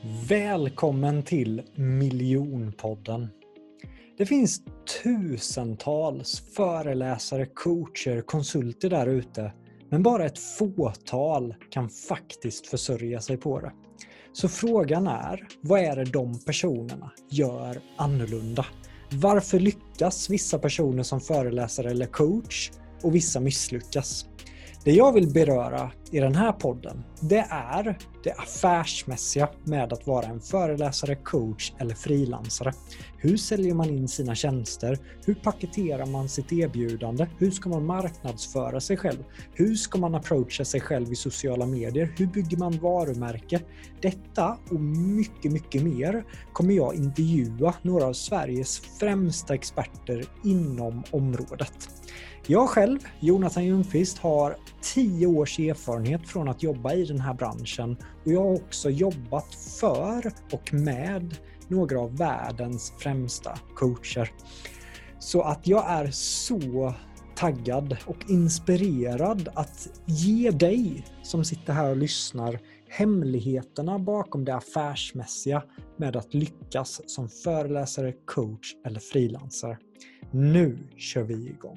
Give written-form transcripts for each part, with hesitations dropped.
Välkommen till Miljonpodden. Det finns tusentals föreläsare, coacher, konsulter där ute, men bara ett fåtal kan faktiskt försörja sig på det. Så frågan är, vad är det de personerna gör annorlunda? Varför lyckas vissa personer som föreläsare eller coach och vissa misslyckas? Det jag vill beröra i den här podden, det är det affärsmässiga med att vara en föreläsare, coach eller frilansare. Hur säljer man in sina tjänster? Hur paketerar man sitt erbjudande? Hur ska man marknadsföra sig själv? Hur ska man approacha sig själv i sociala medier? Hur bygger man varumärke? Detta och mycket, mycket mer kommer jag intervjua några av Sveriges främsta experter inom området. Jag själv, Jonathan Ljungqvist, har 10 års erfarenhet från att jobba i den här branschen och jag har också jobbat för och med några av världens främsta coacher. Så att jag är så taggad och inspirerad att ge dig som sitter här och lyssnar hemligheterna bakom det affärsmässiga med att lyckas som föreläsare, coach eller frilansare. Nu kör vi igång.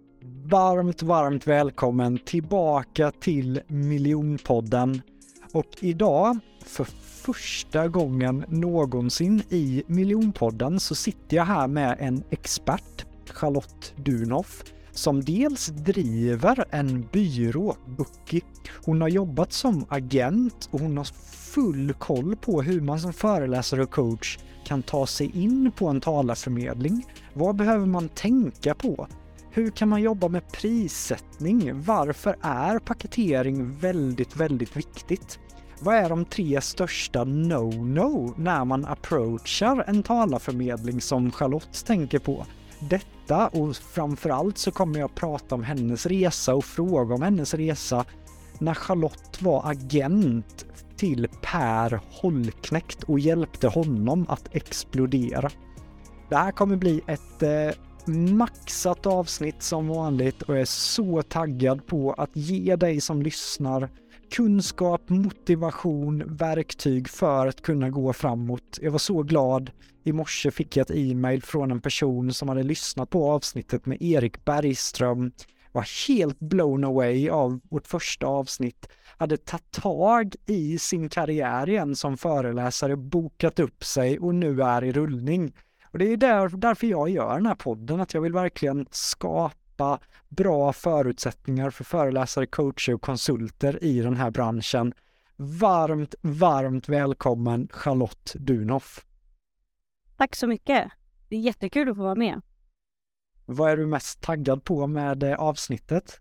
Varmt välkommen tillbaka till Miljonpodden. Och idag, för första gången någonsin i Miljonpodden, så sitter jag här med en expert, Charlotte Dunoff, som dels driver en byrå, Bookie. Hon har jobbat som agent och hon har full koll på hur man som föreläsare och coach kan ta sig in på en talarförmedling. Vad behöver man tänka på? Hur kan man jobba med prissättning? Varför är paketering väldigt viktigt? Vad är de 3 största no-no när man approachar en talarförmedling som Charlotte tänker på? Detta och framförallt så kommer jag prata om hennes resa och fråga om hennes resa när Charlotte var agent till Per Holknekt och hjälpte honom att explodera. Det här kommer bli ett maxat avsnitt som vanligt och jag är så taggad på att ge dig som lyssnar kunskap, motivation, verktyg för att kunna gå framåt. Jag var så glad. I morse fick jag ett e-mail från en person som hade lyssnat på avsnittet med Erik Bergström. Var helt blown away av vårt första avsnitt. Hade tagit tag i sin karriär igen som föreläsare, bokat upp sig och nu är i rullning. Och det är därför jag gör den här podden, att jag vill verkligen skapa bra förutsättningar för föreläsare, coacher och konsulter i den här branschen. Varmt välkommen Charlotte Dunoff. Tack så mycket. Det är jättekul att få vara med. Vad är du mest taggad på med avsnittet?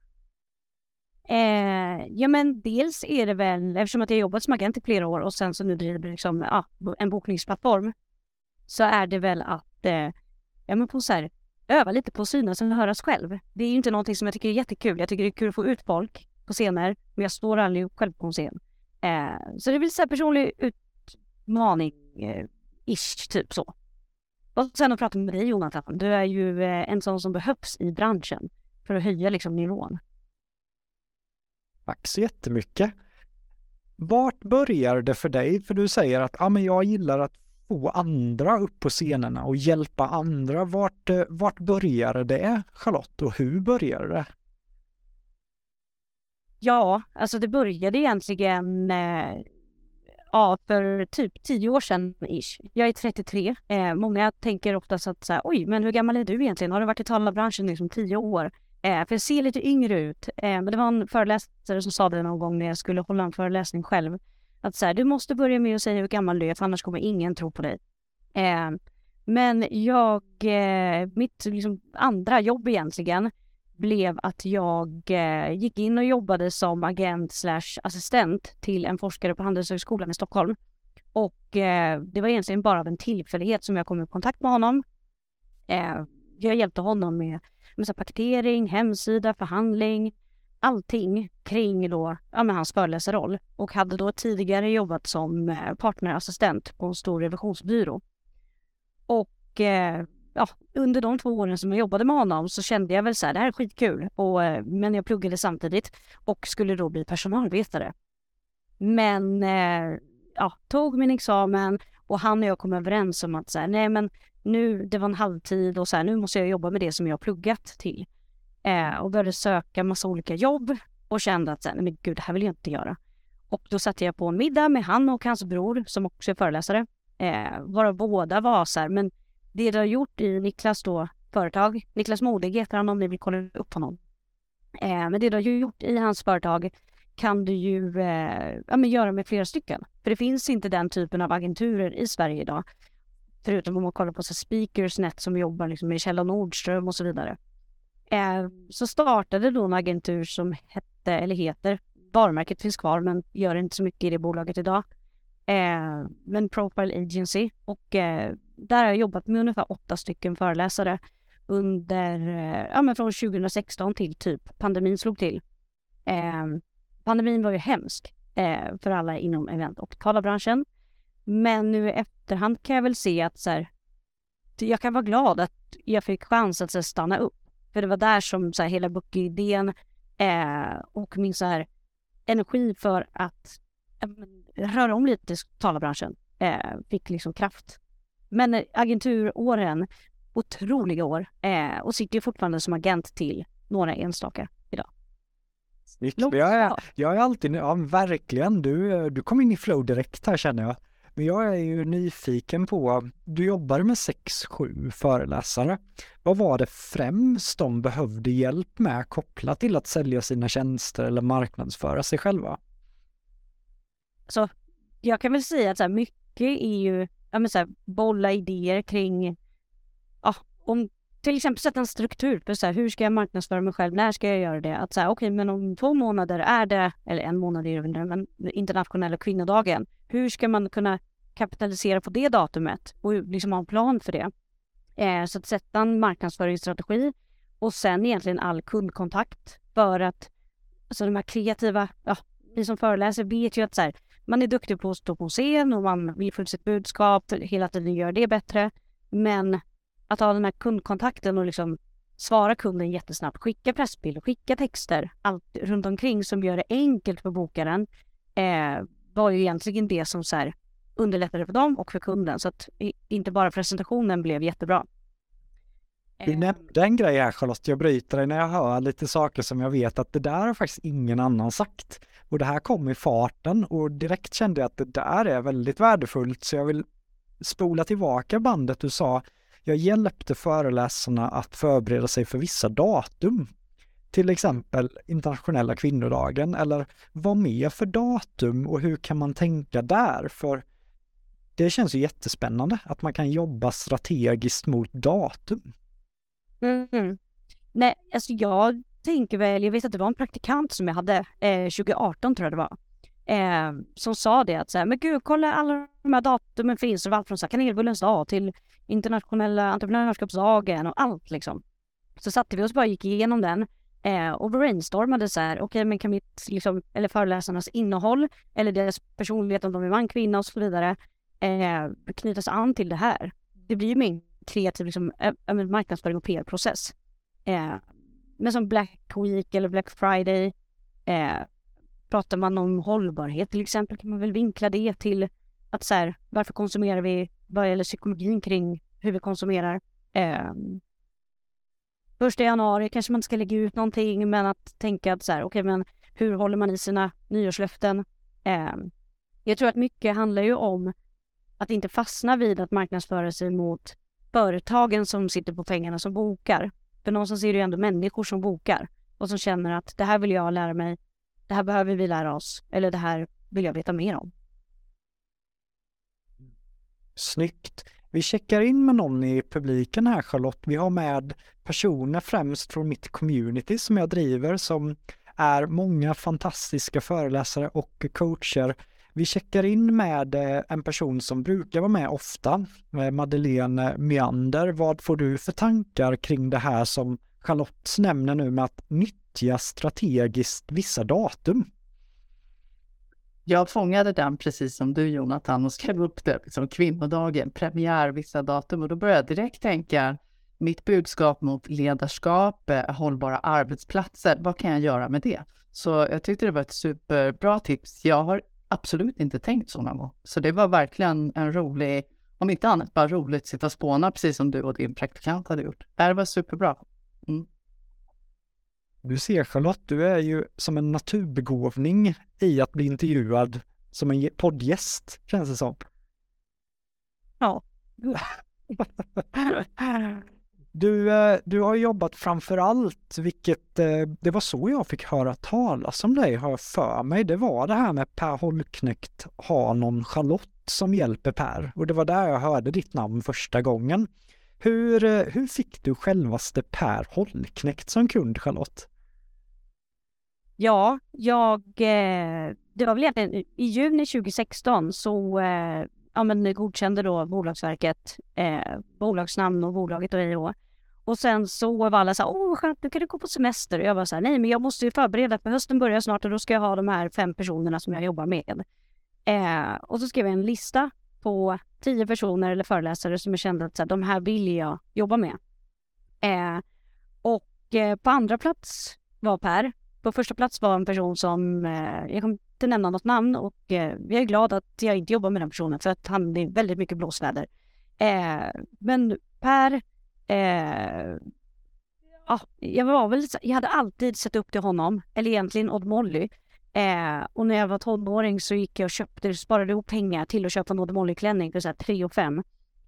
Ja men dels är det väl, eftersom att jag jobbat som agent i flera år och sen så nu driver liksom, en bokningsplattform, så är det väl att på så här, öva lite på att synas och höras själv. Det är ju inte någonting som jag tycker är jättekul. Jag tycker det är kul att få ut folk på scener, men jag står aldrig själv på en scen. Så det blir så här personlig utmaning, ish, typ så. Och sen att prata med dig, Jonathan. Du är ju en sån som behövs i branschen för att höja liksom nivån. Tack så jättemycket. Vart börjar det för dig? För du säger att men jag gillar att få andra upp på scenerna och hjälpa andra. Vart börjar det, Charlotte, och hur börjar det? Ja, alltså det började egentligen för typ 10 år sedan ish. Jag är 33. Många tänker oftast att så här, oj, men hur gammal är du egentligen? Har du varit i talarbranschen liksom 10 år? För jag ser lite yngre ut. Men det var en föreläsare som sa det någon gång när jag skulle hålla en föreläsning själv. Att så här, du måste börja med att säga hur gammal du är, för annars kommer ingen tro på dig. Men mitt liksom andra jobb egentligen blev att jag gick in och jobbade som agent/assistent till en forskare på Handelshögskolan i Stockholm. Och det var egentligen bara av en tillfällighet som jag kom i kontakt med honom. Jag hjälpte honom med så paketering, hemsida, förhandling, allting kring då, hans föreläsarroll. Och hade då tidigare jobbat som partnerassistent på en stor revisionsbyrå. Och under de 2 åren som jag jobbade med honom så kände jag väl så här, det här är skitkul. Men jag pluggade samtidigt och skulle då bli personalvetare. Men tog min examen och han och jag kom överens om att så här, nej men nu, det var en halvtid och så här, nu måste jag jobba med det som jag har pluggat till. Och började söka massa olika jobb och kände att så här, nej men gud, det här vill jag inte göra. Och då satte jag på en middag med han och hans bror som också är föreläsare. Varav båda var så här, men det du har gjort i Niklas då företag, Niklas Modig heter han om ni vill kolla upp honom. Men det du har gjort i hans företag kan du ju göra med flera stycken. För det finns inte den typen av agenturer i Sverige idag. Förutom om man kollar på så Speakersnet som jobbar liksom med Kjell Nordström och så vidare. Så startade då en agentur som heter, varumärket finns kvar men gör inte så mycket i det bolaget idag. Men Profile Agency. Och där har jag jobbat med ungefär 8 stycken föreläsare under, från 2016 till typ pandemin slog till. Pandemin var ju hemsk för alla inom event- och talarbranschen. Men nu i efterhand kan jag väl se att så här, jag kan vara glad att jag fick chans att så här, stanna upp. För det var där som så här, hela bokidén och min så här, energi för att röra om lite i talarbranschen fick liksom kraft. Men agenturåren, otroliga år och sitter ju fortfarande som agent till några enstaka idag. Jag är alltid, verkligen, du kom in i flow direkt här känner jag. Men jag är ju nyfiken på, du jobbar med 6-7 föreläsare. Vad var det främst de behövde hjälp med kopplat till att sälja sina tjänster eller marknadsföra sig själva? Så jag kan väl säga att så här, mycket är ju så här, bolla idéer kring om till exempel sätta en struktur för så här, hur ska jag marknadsföra mig själv, när ska jag göra det? Att säga okej, men om 2 månader är det, eller 1 månad är det, men internationella kvinnodagen. Hur ska man kunna kapitalisera på det datumet och liksom ha en plan för det? Så att sätta en marknadsföringsstrategi och sen egentligen all kundkontakt för att alltså de här kreativa, ni som föreläser vet ju att så här, man är duktig på att stå på scen och man vill få sitt budskap, hela tiden gör det bättre, men att ha den här kundkontakten och liksom svara kunden jättesnabbt, skicka pressbild och skicka texter, allt runt omkring som gör det enkelt för bokaren var ju egentligen det som så här underlättade för dem och för kunden. Så att inte bara presentationen blev jättebra. Du nämnde en grej här Charlotte, jag bryter dig när jag hör lite saker som jag vet att det där har faktiskt ingen annan sagt. Och det här kom i farten och direkt kände jag att det där är väldigt värdefullt, så jag vill spola tillbaka bandet du sa. Jag hjälpte föreläsarna att förbereda sig för vissa datum. Till exempel internationella kvinnodagen, eller vad mer för datum och hur kan man tänka där? För det känns ju jättespännande att man kan jobba strategiskt mot datum. Nej, alltså jag tänker väl, jag vet att det var en praktikant som jag hade 2018 tror jag det var. Som sa det att så här, men gud, kolla alla de här datumen finns och allt från så här, kanelbullens dag till internationella entreprenörskapsdagen och allt liksom. Så satte vi oss bara gick igenom den och brainstormade så här, okej, men kan vi liksom, eller föreläsarnas innehåll eller deras personlighet om de är man, kvinna och så vidare knytas an till det här. Det blir ju min kreativ liksom, marknadsföring och PR-process. Men som Black Week eller Black Friday pratar man om hållbarhet till exempel, kan man väl vinkla det till att så här, varför konsumerar vi, vad gäller psykologin kring hur vi konsumerar. 1 januari kanske man ska lägga ut någonting, men att tänka att så här, okej, men hur håller man i sina nyårslöften? Jag tror att mycket handlar ju om att inte fastna vid att marknadsföra sig mot företagen som sitter på pengarna som bokar. För någonstans är det ju ändå människor som bokar och som känner att det här vill jag lära mig, det här behöver vi lära oss, eller det här vill jag veta mer om. Snyggt. Vi checkar in med någon i publiken här Charlotte. Vi har med personer främst från mitt community som jag driver som är många fantastiska föreläsare och coacher. Vi checkar in med en person som brukar vara med ofta, Madeleine Meander. Vad får du för tankar kring det här som Charlotte nämner nu med att nyttja strategiskt vissa datum? Jag fångade den precis som du Jonathan och skrev upp det som kvinnodagen, premiär, vissa datum, och då började jag direkt tänka mitt budskap mot ledarskap, hållbara arbetsplatser, vad kan jag göra med det? Så jag tyckte det var ett superbra tips. Jag har absolut inte tänkt så någon gång. Så det var verkligen en rolig, om inte annat bara roligt att sitta och spåna, precis som du och din praktikant hade gjort. Det här var superbra. Du ser Charlotte, du är ju som en naturbegåvning i att bli intervjuad som en poddgäst, känns det som. Ja. Du har jobbat framför allt, vilket det var så jag fick höra talas om dig, har jag för mig. Det var det här med Per Holknekt har någon Charlotte som hjälper Per. Och det var där jag hörde ditt namn första gången. Hur fick du självaste Per Holknekt som kund, Charlotte? Ja, det var väl egentligen i juni 2016 så godkände då Bolagsverket bolagsnamn och bolaget och IO. Och sen så var alla så här, skönt, nu kan du gå på semester. Och jag var så här, nej men jag måste ju förbereda för hösten börjar snart och då ska jag ha de här 5 personerna som jag jobbar med. Och så skrev jag en lista på 10 personer eller föreläsare som jag kände att så här, de här vill jag jobba med. På andra plats var Per. På första plats var en person som, jag kommer inte nämna något namn och jag är glad att jag inte jobbar med den personen för att han är väldigt mycket blåsväder. Men Per, jag hade alltid sett upp till honom, eller egentligen Odd Molly. Och när jag var 12-åring så gick jag och sparade ihop pengar till att köpa en Odd Molly-klänning för så här 3 och 5.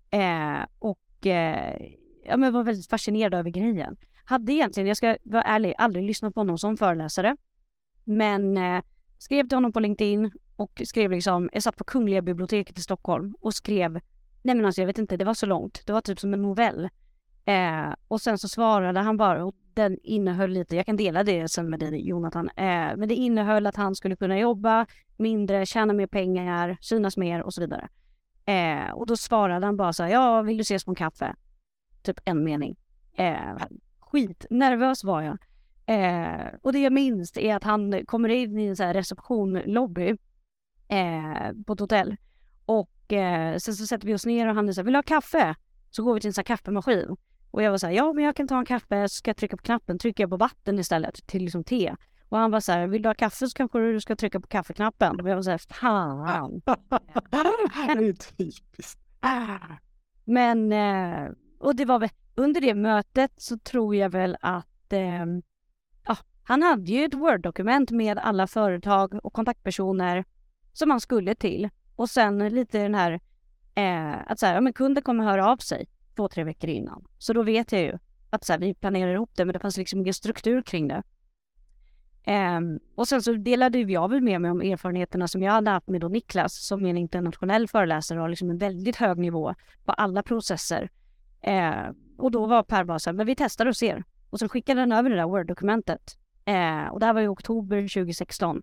Jag var väldigt fascinerad över grejen. Hade egentligen, jag ska vara ärlig, aldrig lyssnat på honom som föreläsare. Men skrev till honom på LinkedIn och skrev liksom, jag satt på Kungliga biblioteket i Stockholm och skrev, nej men alltså jag vet inte, det var så långt. Det var typ som en novell. Och sen så svarade han bara, och den innehöll lite, jag kan dela det sen med dig Jonathan. Men det innehöll att han skulle kunna jobba mindre, tjäna mer pengar, synas mer och så vidare. Och då svarade han bara så här, ja vill du ses på en kaffe? Typ en mening. Skitnervös var jag. Och det jag minns är att han kommer in i en så här receptionlobby på ett hotell. Och sen så sätter vi oss ner och han säger, vill du ha kaffe? Så går vi till en sån här kaffemaskin. Och jag var så här, ja men jag kan ta en kaffe, så ska jag trycka på knappen, trycker jag på vatten istället till liksom te. Och han var så här, vill du ha kaffe så kanske du ska trycka på kaffeknappen. Och jag var så här, fan. Det är typiskt. Men, och det var väl, under det mötet så tror jag väl att han hade ju ett Word-dokument med alla företag och kontaktpersoner som han skulle till. Och sen lite den här att så här, men kunden kommer höra av sig 2-3 veckor innan. Så då vet jag ju att så här, vi planerar ihop det, men det fanns liksom ingen struktur kring det. Och sen så delade jag väl med mig om erfarenheterna som jag hade haft med då Niklas som är en internationell föreläsare och har liksom en väldigt hög nivå på alla processer. Och då var Per bara så här, men vi testar och ser. Och så skickade han över det där Word-dokumentet. Och det här var i oktober 2016.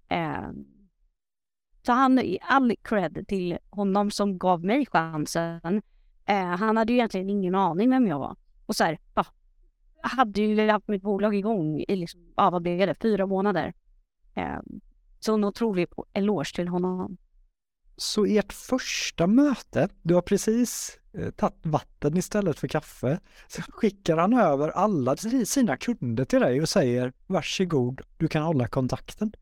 Så han, all cred till honom som gav mig chansen. Han hade ju egentligen ingen aning vem jag var. Och så här, hade ju haft mitt bolag igång i liksom, vad blev det, 4 månader. Så en otrolig eloge till honom. Så ert första möte, du har precis tagit vatten istället för kaffe, så skickar han över alla sina kunder till dig och säger, varsågod, du kan hålla kontakten.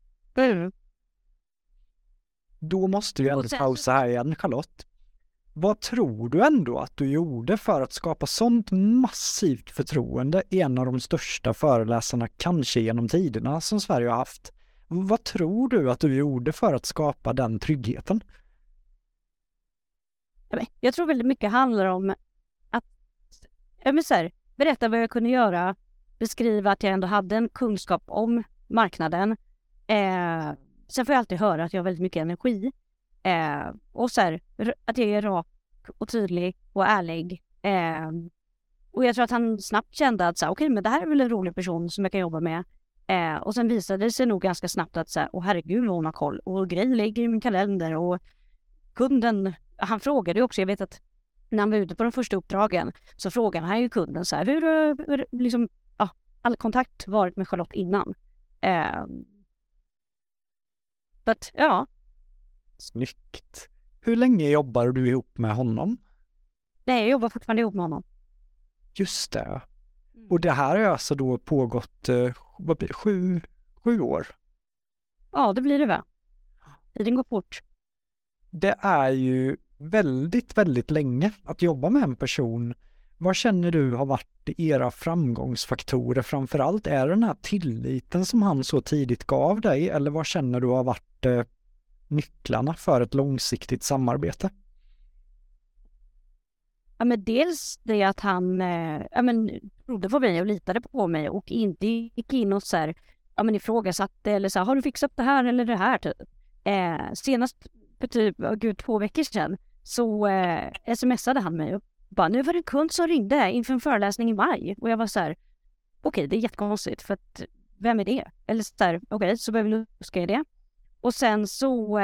Då måste vi ändå pausa här igen, Charlotte. Vad tror du ändå att du gjorde för att skapa sånt massivt förtroende i en av de största föreläsarna kanske genom tiderna som Sverige har haft? Vad tror du att du gjorde för att skapa den tryggheten? Jag tror väldigt mycket handlar om att berätta vad jag kunde göra, beskriva att jag ändå hade en kunskap om marknaden. Sen får jag alltid höra att jag har väldigt mycket energi. Och så här, att jag är rak och tydlig och ärlig. Och jag tror att han snabbt kände att okej, men det här är väl en rolig person som jag kan jobba med. Och sen visade det sig nog ganska snabbt att herregud vad hon har koll. Och grejer ligger i min kalender. Och kunden, han frågade ju också, jag vet att när han var ute på de första uppdragen så frågade han ju kunden hur liksom, all kontakt varit med Charlotte innan. Ja. Snyggt. Hur länge jobbar du ihop med honom? Nej, jag jobbar fortfarande ihop med honom. Just det. Och det här har alltså då pågått 7 år? Ja, det blir det väl. tiden går fort. Det är ju väldigt, väldigt länge att jobba med en person. Vad känner du har varit era framgångsfaktorer framförallt? Är det den här tilliten som han så tidigt gav dig, eller vad känner du har varit nycklarna för ett långsiktigt samarbete? Ja, men dels det att han trodde på mig och litade på mig och inte gick in och så här, ifrågasatte eller så här, har du fixat det här eller det här typ. Senast för typ 2 veckor sedan så smsade han mig och bara, nu var det en kund som ringde inför en föreläsning i maj. Och jag var så här, okej, det är jättekonstigt för att vem är det? Eller så här, okej, så behöver vi luska i det. Och sen så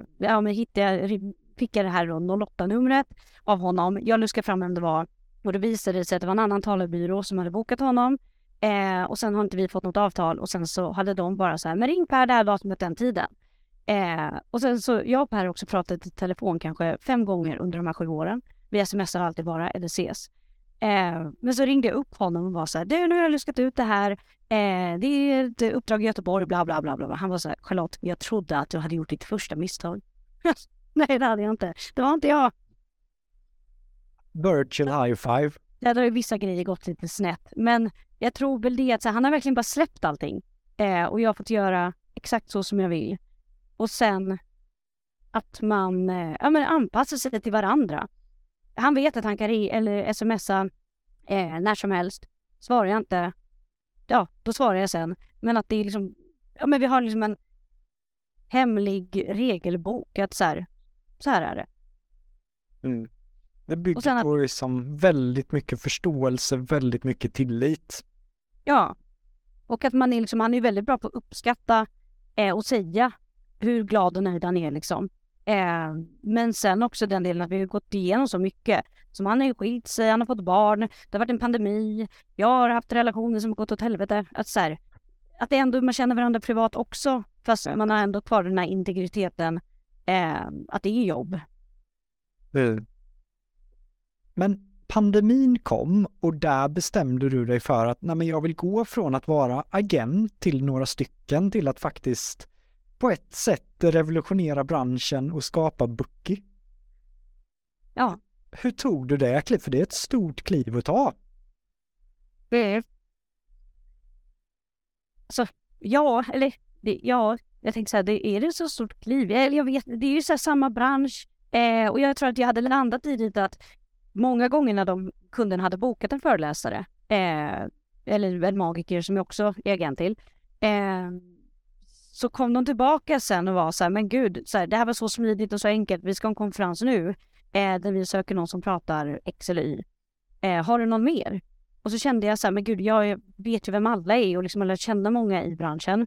fick jag det här 08-numret av honom. Jag luskade fram vem det var och det visade sig att det var en annan talarbyrå som hade bokat honom. Och sen har inte vi fått något avtal och sen så hade de bara så här, men ring Per det här datumet den tiden. Och sen så jag och Per har också pratat i telefon kanske 5 gånger under de här 7 åren. Vi smsar alltid bara eller ses. Men så ringde jag upp honom och var så här, du, nu har jag luskat ut det här. Det är ett uppdrag i Göteborg, bla bla bla bla. Han var så här, Charlotte, jag trodde att du hade gjort ditt första misstag. Nej, det hade jag inte. Det var inte jag. Virtual high five. Där har ju vissa grejer gått lite snett. Men jag tror väl det att så här, han har verkligen bara släppt allting. Och jag har fått göra exakt så som jag vill. Och sen att man anpassar sig till varandra. Han vet att han kan eller smsa när som helst. Svarar jag inte, ja, då svarar jag sen. Men att det är liksom, vi har liksom en hemlig regelbok att så här är det. Mm. Det bygger på liksom väldigt mycket förståelse, väldigt mycket tillit. Ja, och att man är liksom, han är väldigt bra på att uppskatta och säga hur glad och nöjd han är liksom. Men sen också den delen att vi har gått igenom så mycket. Som han har ju skilt sig, han har fått barn, det har varit en pandemi, jag har haft relationer som har gått åt helvete. Att det ändå man känner varandra privat också, fast man har ändå kvar den här integriteten, att det är jobb. Men pandemin kom och där bestämde du dig för att jag vill gå från att vara agent till några stycken till att faktiskt på ett sätt revolutionera branschen och skapa Bookie. Ja. Hur tog du det kliv? För det är ett stort kliv att ta. Jag tänkte så här, det är det så stort kliv? Jag vet, det är ju så här samma bransch. Och jag tror att jag hade landat i det att många gånger när kunden hade bokat en föreläsare eller en magiker som jag också är agent till, så kom de tillbaka sen och var så här, men gud, så här, det här var så smidigt och så enkelt, vi ska ha en konferens nu där vi söker någon som pratar X eller Y. Har du någon mer? Och så kände jag så här, men gud, jag vet ju vem alla är och liksom jag känner många i branschen.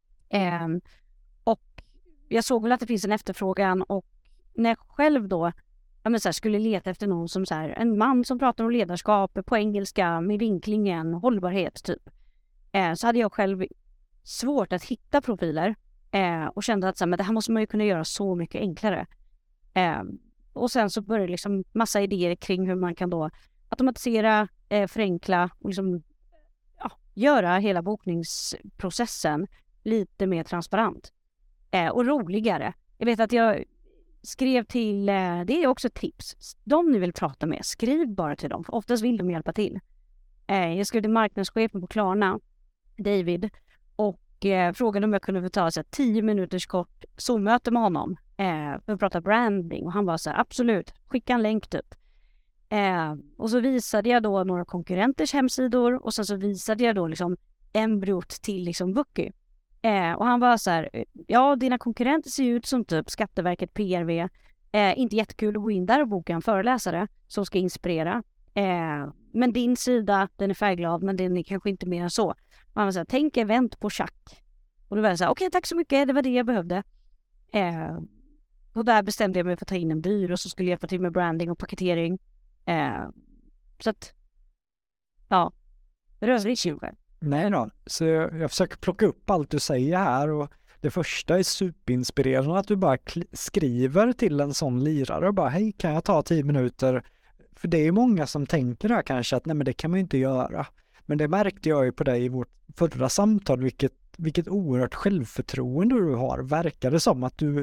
Och jag såg väl att det finns en efterfrågan och när jag själv då skulle leta efter någon som så här, en man som pratar om ledarskap på engelska med vinklingen hållbarhet typ. Så hade jag själv svårt att hitta profiler och kände att så här, men det här måste man ju kunna göra så mycket enklare. Och sen så började liksom massa idéer kring hur man kan då automatisera, förenkla och liksom, göra hela bokningsprocessen lite mer transparent och roligare. Jag vet att jag skrev till, det är också ett tips. De ni vill prata med, skriv bara till dem. För oftast vill de hjälpa till. Jag skrev till marknadschefen på Klarna, David, och frågade om jag kunde få ta 10 minuters kort Zoom-möte med honom för att prata branding. Och han var så här, absolut, skicka en länk typ. Och så visade jag då några konkurrenters hemsidor och sen så visade jag då liksom embryot till liksom Bookie. Och han var så här, ja, dina konkurrenter ser ut som typ Skatteverket, PRV. Inte jättekul att gå in där och boka en föreläsare som ska inspirera. Men din sida, den är färgglad, men den är kanske inte mer än så. Och han var så här, tänk event på Schack. Och då var jag så här, okej, tack så mycket, det var det jag behövde. Och där bestämde jag mig för att ta in en byrå som skulle hjälpa till med branding och paketering. Så att, ja, rörigt ju själv. Nej då, så jag försöker plocka upp allt du säger här och det första är superinspirerande att du bara skriver till en sån lirare och bara hej, kan jag ta 10 minuter? För det är många som tänker här kanske att nej, men det kan man ju inte göra. Men det märkte jag ju på dig i vårt förra samtal vilket oerhört självförtroende du har. Verkar det som att du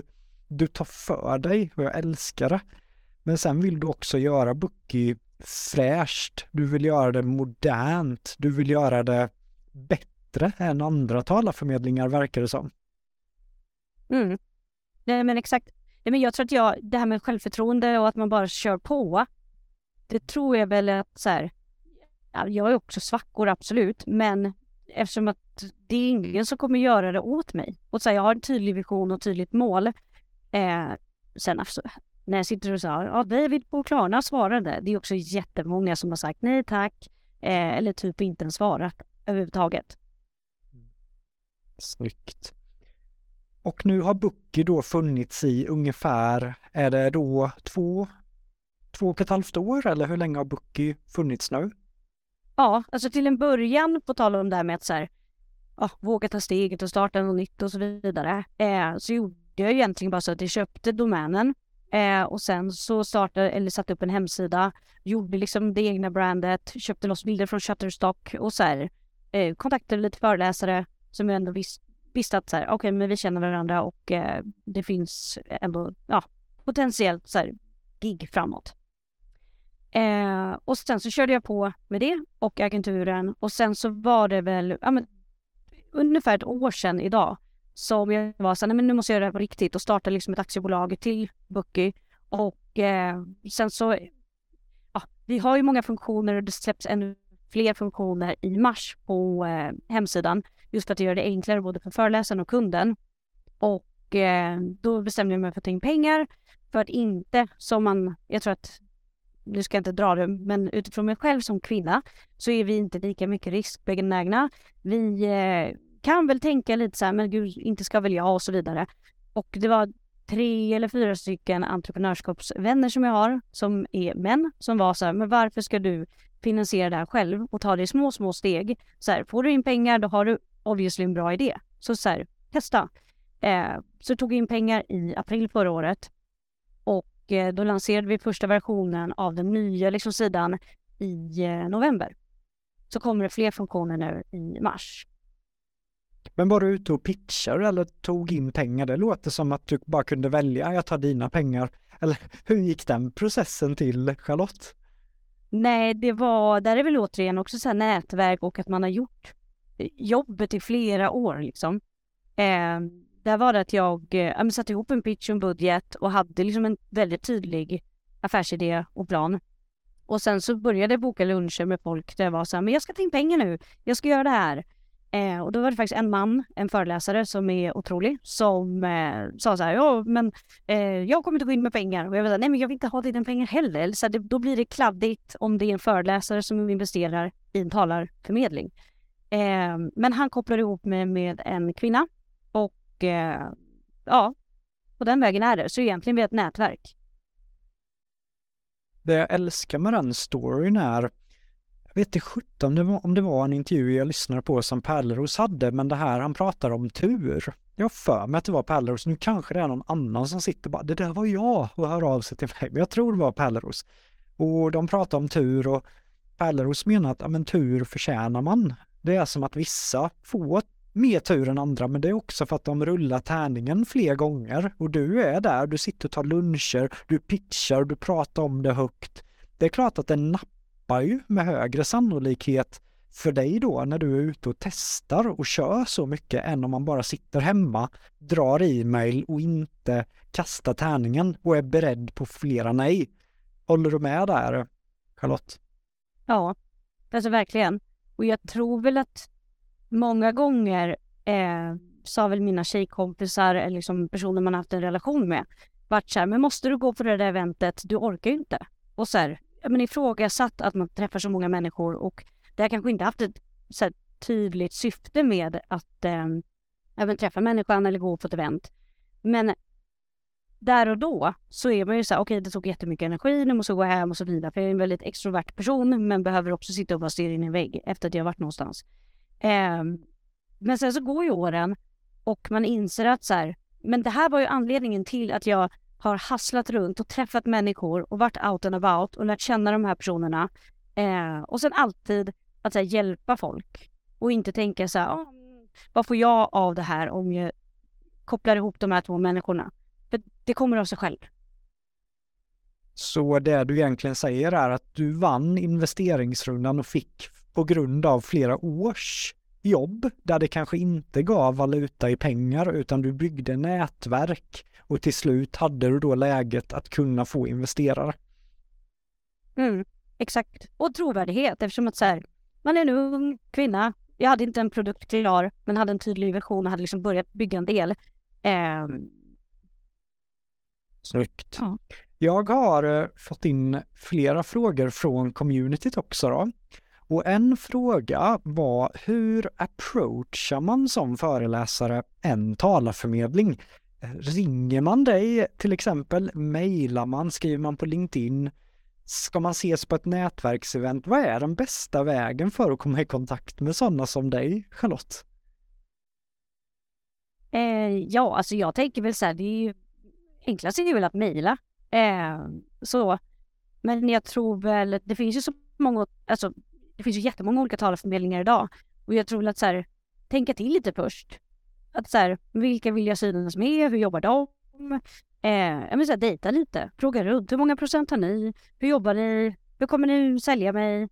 du tar för dig och jag älskar det. Men sen vill du också göra Bookey fräscht. Du vill göra det modernt. Du vill göra det bättre än andra talarförmedlingar, verkar det som. Mm. Nej, men exakt. Nej, men jag tror att det här med självförtroende och att man bara kör på, det tror jag väl att så här, jag har ju också svackor, absolut, men eftersom att det är ingen som kommer göra det åt mig. Och så här, jag har en tydlig vision och tydligt mål. Sen alltså, när jag sitter och säger, ja, David på Klarna svarade. Det är också jättemånga som har sagt nej tack. Eller typ inte ens svarat överhuvudtaget. Snyggt. Och nu har Bookey då funnits i ungefär, är det då 2,5 år, eller hur länge har Bookey funnits nu? Ja, alltså till en början, på tal om det här med att så här, våga ta steget och starta något nytt och så vidare. Så gjorde jag egentligen bara så att jag köpte domänen. Och sen så satte upp en hemsida, gjorde liksom det egna brandet, köpte loss bilder från Shutterstock och så här, kontaktade lite föreläsare som jag ändå visste att så här, okej, men vi känner varandra och det finns ändå potentiellt så här, gig framåt. Och sen så körde jag på med det och agenturen, och sen så var det väl ungefär ett år sedan idag som jag var så här, nej, men nu måste jag göra det på riktigt och starta liksom ett aktiebolag till Bookey. Och sen så vi har ju många funktioner och det släpps ännu fler funktioner i mars på hemsidan, just för att göra det enklare både för föreläsaren och kunden. Och då bestämde jag mig för att ta in pengar för att inte, jag tror att, nu ska jag inte dra det, men utifrån mig själv som kvinna så är vi inte lika mycket riskbenägna. Vi kan väl tänka lite så här, men gud, inte ska väl jag, och så vidare. Och det var 3 eller 4 stycken entreprenörskapsvänner som jag har, som är män, som var så här, men varför ska du finansiera det här själv och ta det i små steg? Så här, får du in pengar, då har du obviously en bra idé. Så här, testa. Så tog jag in pengar i april förra året. Och då lanserade vi första versionen av den nya liksom sidan i november. Så kommer det fler funktioner nu i mars. Men var du ute och pitchade eller tog in pengar? Det låter som att du bara kunde välja, jag tar dina pengar. Eller hur gick den processen till, Charlotte? Nej, där är väl återigen också så här nätverk och att man har gjort jobbet i flera år liksom. Där var det att jag satte ihop en pitch och en budget och hade liksom en väldigt tydlig affärsidé och plan. Och sen så började jag boka luncher med folk där jag var så här, men jag ska ta in pengar nu, jag ska göra det här. Och då var det faktiskt en föreläsare som är otrolig, som sa så här, jag kommer inte gå in med pengar. Och jag var så här, nej, men jag vill inte ha dina pengar heller. Så här, då blir det kladdigt om det är en föreläsare som investerar i en talarförmedling. Men han kopplade ihop mig med en kvinna. Och på den vägen är det. Så egentligen vi är ett nätverk. Det jag älskar med den storyn är, jag vet inte 17 om det var en intervju jag lyssnade på som Pärleros hade, men det här, han pratar om tur. Jag har för mig att det var Pärleros, nu kanske det är någon annan som sitter bara, det där var jag, och hör av sig till mig, men jag tror det var Pärleros. Och de pratar om tur, och Pärleros menar att tur förtjänar man. Det är som att vissa får mer tur än andra, men det är också för att de rullar tärningen fler gånger, och du är där, du sitter och tar luncher, du pitchar, du pratar om det högt. Det är klart att det nappar ju med högre sannolikhet för dig då när du är ute och testar och kör så mycket än om man bara sitter hemma, drar e-mail och inte kastar tärningen och är beredd på flera nej. Håller du med där, Charlotte? Ja, alltså verkligen. Och jag tror väl att många gånger sa väl mina tjejkompisar eller liksom personer man haft en relation med vart så här, men måste du gå på det där eventet? Du orkar ju inte. Och så här, ifrågasatt att man träffar så många människor, och det har kanske inte haft ett så här tydligt syfte med att även träffa människan eller gå på ett event. Men där och då så är man ju så här, okej, det tog jättemycket energi, nu måste jag gå hem och så vidare. För jag är en väldigt extrovert person, men behöver också sitta och bara stirra in i en vägg efter att jag har varit någonstans. Men sen så går ju åren och man inser att så här, men det här var ju anledningen till att jag har hasslat runt och träffat människor och varit out and about och lärt känna de här personerna. Och sen alltid att så här, hjälpa folk och inte tänka så här, vad får jag av det här om jag kopplar ihop de här 2 människorna? För det kommer av sig själv. Så det du egentligen säger är att du vann investeringsrundan och fick på grund av flera års jobb där det kanske inte gav valuta i pengar utan du byggde nätverk och till slut hade du då läget att kunna få investerare. Exakt. Och trovärdighet eftersom att så här, man är en ung kvinna. Jag hade inte en produkt klar men hade en tydlig vision och hade liksom börjat bygga en del. Snyggt. Ja. Jag har fått in flera frågor från communityt också då. Och en fråga var hur approachar man som föreläsare en talarförmedling? Ringer man dig till exempel? Mailar man? Skriver man på LinkedIn? Ska man ses på ett nätverksevent? Vad är den bästa vägen för att komma i kontakt med sådana som dig, Charlotte? Ja, alltså jag tänker väl så här, det är ju enklast är väl att mejla. Så, men jag tror väl, det finns ju så många, alltså det finns ju jättemånga olika talarförmedlingar idag. Och jag tror väl att så här, tänka till lite först. Att så här, vilka vill jag synas med? Hur jobbar de? Jag vill säga dejta lite. Fråga runt. Hur många procent har ni? Hur jobbar ni? Hur kommer ni sälja mig?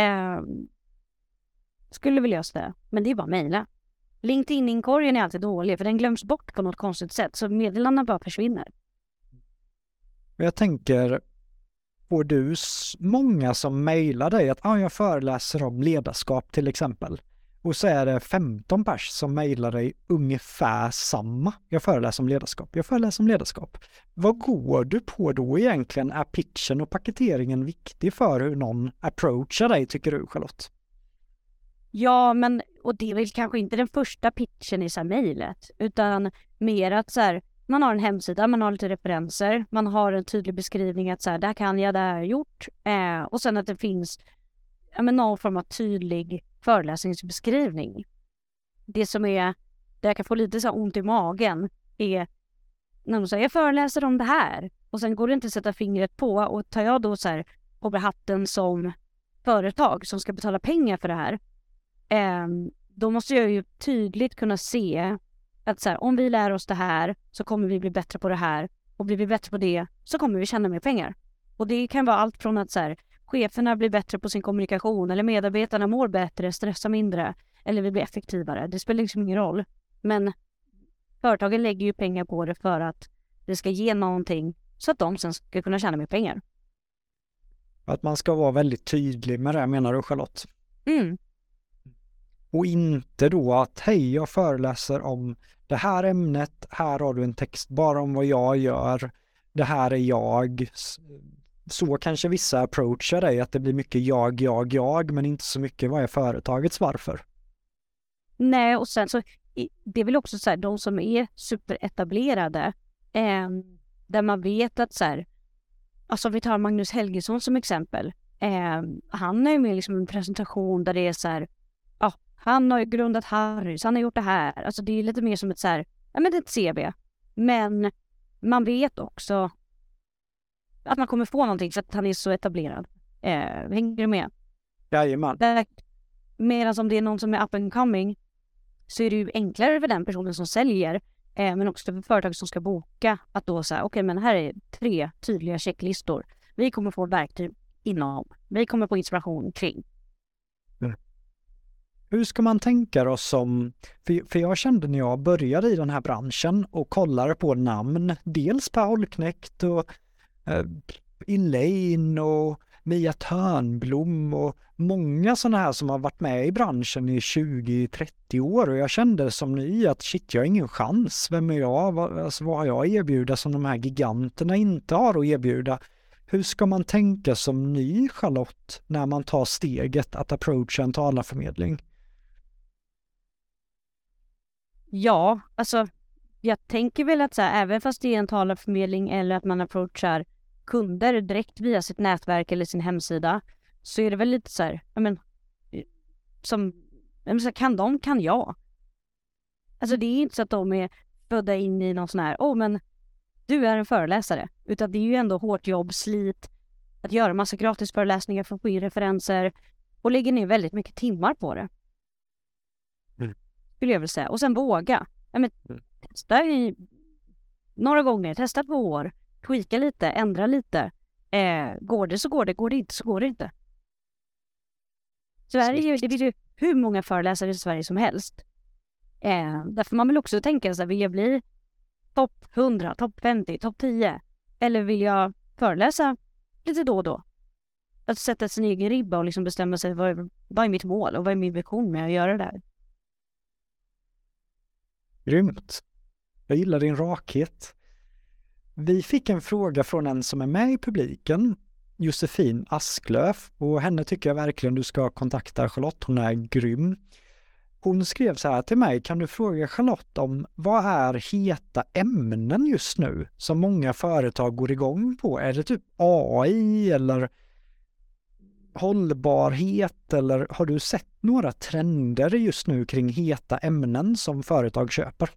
Skulle vilja lösa det. Men det är bara mejla. LinkedIn-inkorgen är alltid dålig för den glöms bort på något konstigt sätt. Så meddelandena bara försvinner. Jag tänker på många som mejlar dig att jag föreläser om ledarskap till exempel. Och så är det 15 pers som mejlar dig ungefär samma. Jag föreläser om ledarskap. Jag föreläser om ledarskap. Vad går du på då egentligen? Är pitchen och paketeringen viktig för hur någon approachar dig, tycker du, Charlotte? Ja, men och det är väl kanske inte den första pitchen i så här mejlet. Utan mer att så här, man har en hemsida, man har lite referenser. Man har en tydlig beskrivning att så här, där kan jag, det har jag gjort. Och sen att det finns någon form av tydlig föreläsningsbeskrivning. Det som är, där jag kan få lite så ont i magen är när de säger jag föreläser om det här och sen går det inte att sätta fingret på och tar jag då så här på hatten som företag som ska betala pengar för det här, då måste jag ju tydligt kunna se att så här, om vi lär oss det här så kommer vi bli bättre på det här och blir vi bättre på det så kommer vi tjäna mer pengar. Och det kan vara allt från att så här, cheferna blir bättre på sin kommunikation eller medarbetarna mår bättre, stressar mindre eller vi blir effektivare. Det spelar liksom ingen roll. Men företagen lägger ju pengar på det för att det ska ge någonting så att de sen ska kunna tjäna mer pengar. Att man ska vara väldigt tydlig med det, menar du, Charlotte? Och inte då att hej, jag föreläser om det här ämnet, här har du en text bara om vad jag gör, det här är jag. Så kanske vissa approachar dig, att det blir mycket jag, men inte så mycket vad är företagets varför. Nej, och sen så det är väl också så här, de som är superetablerade, där man vet att så här, alltså vi tar Magnus Helgesson som exempel. Han är med liksom en presentation där det är så här, han har ju grundat Harrys, han har gjort det här. Alltså det är lite mer som ett så här, det är ett CV. Men man vet också att man kommer få någonting för att han är så etablerad. Hänger du med? Jajamän. Medan om det är någon som är up and coming så är det ju enklare för den personen som säljer, men också för företag som ska boka att då säga okej, men här är 3 tydliga checklistor. Vi kommer få verktyg inom. Vi kommer få inspiration kring. Hur ska man tänka då som, för jag kände när jag började i den här branschen och kollade på namn, dels Per Holknekt och Elaine och Mia Törnblom och många sådana här som har varit med i branschen i 20-30 år, och jag kände som ny att shit, jag har ingen chans. Vem är jag? Vad har jag att erbjuda som de här giganterna inte har att erbjuda? Hur ska man tänka som ny, Charlotte, när man tar steget att approacha en talarförmedling? Ja, alltså jag tänker väl att så här, även fast det är en talarförmedling eller att man approachar kunder direkt via sitt nätverk eller sin hemsida, så är det väl lite så här, kan jag. Alltså det är inte så att de är födda in i någon sån här, men du är en föreläsare, utan det är ju ändå hårt jobb, slit, att göra massa gratis föreläsningar för att få in referenser och lägga ner väldigt mycket timmar på det. Skulle jag väl säga. Och sen våga. Testa några gånger, testa 2 år, tweaka lite, ändra lite. Går det så går det, går det inte så går det inte. Sverige, det finns ju hur många föreläsare i Sverige som helst. Därför man vill också tänka så här, vill jag bli topp 100, topp 50, topp 10? Eller vill jag föreläsa lite då och då? Att sätta sin egen ribba och liksom bestämma sig vad är mitt mål och vad är min vision med att göra det här. Grymt. Jag gillar din rakhet. Vi fick en fråga från en som är med i publiken, Josefin Asklöf, och henne tycker jag verkligen du ska kontakta Charlotte, hon är grym. Hon skrev så här till mig, kan du fråga Charlotte om vad är heta ämnen just nu som många företag går igång på? Är det typ AI eller hållbarhet, eller har du sett några trender just nu kring heta ämnen som företag köper?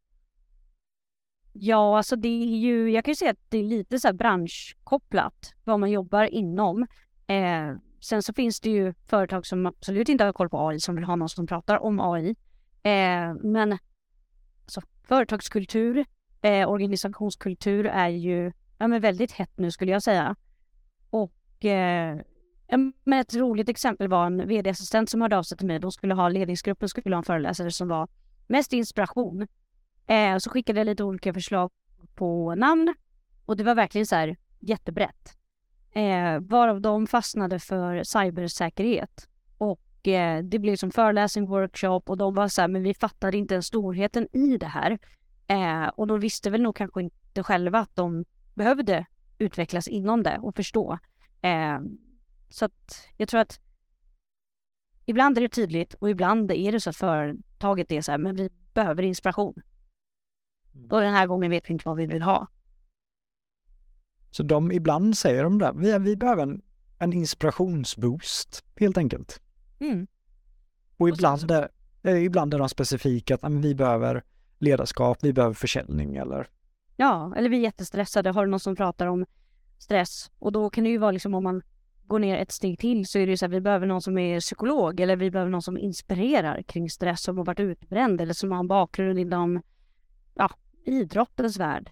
Ja, alltså det är ju, jag kan ju säga att det är lite så här branschkopplat vad man jobbar inom. Sen så finns det ju företag som absolut inte har koll på AI som vill ha någon som pratar om AI. Men alltså, företagskultur, organisationskultur är ju men väldigt hett nu skulle jag säga. Och men ett roligt exempel var en vd-assistent som hörde av sig till mig. De skulle ha ledningsgruppen, skulle ha en föreläsare som var mest inspiration. Så skickade jag lite olika förslag på namn. Och det var verkligen så här jättebrett. Varav de fastnade för cybersäkerhet. Och det blev som föreläsning, workshop. Och de var så här, men vi fattade inte ens storheten i det här. Och de visste väl nog kanske inte själva att de behövde utvecklas inom det och förstå. Så att jag tror att ibland är det tydligt och ibland är det så att företaget är så här, men vi behöver inspiration. Och den här gången vet vi inte vad vi vill ha. Så ibland säger de där, vi behöver en inspirationsboost helt enkelt. Mm. Och ibland är de specifika att vi behöver ledarskap, vi behöver försäljning eller... Ja, eller vi är jättestressade. Har du någon som pratar om stress? Och då kan det ju vara liksom om man går ner ett steg till så är det ju så här, vi behöver någon som är psykolog eller vi behöver någon som inspirerar kring stress som har varit utbränd eller som har en bakgrund inom idrottens värld.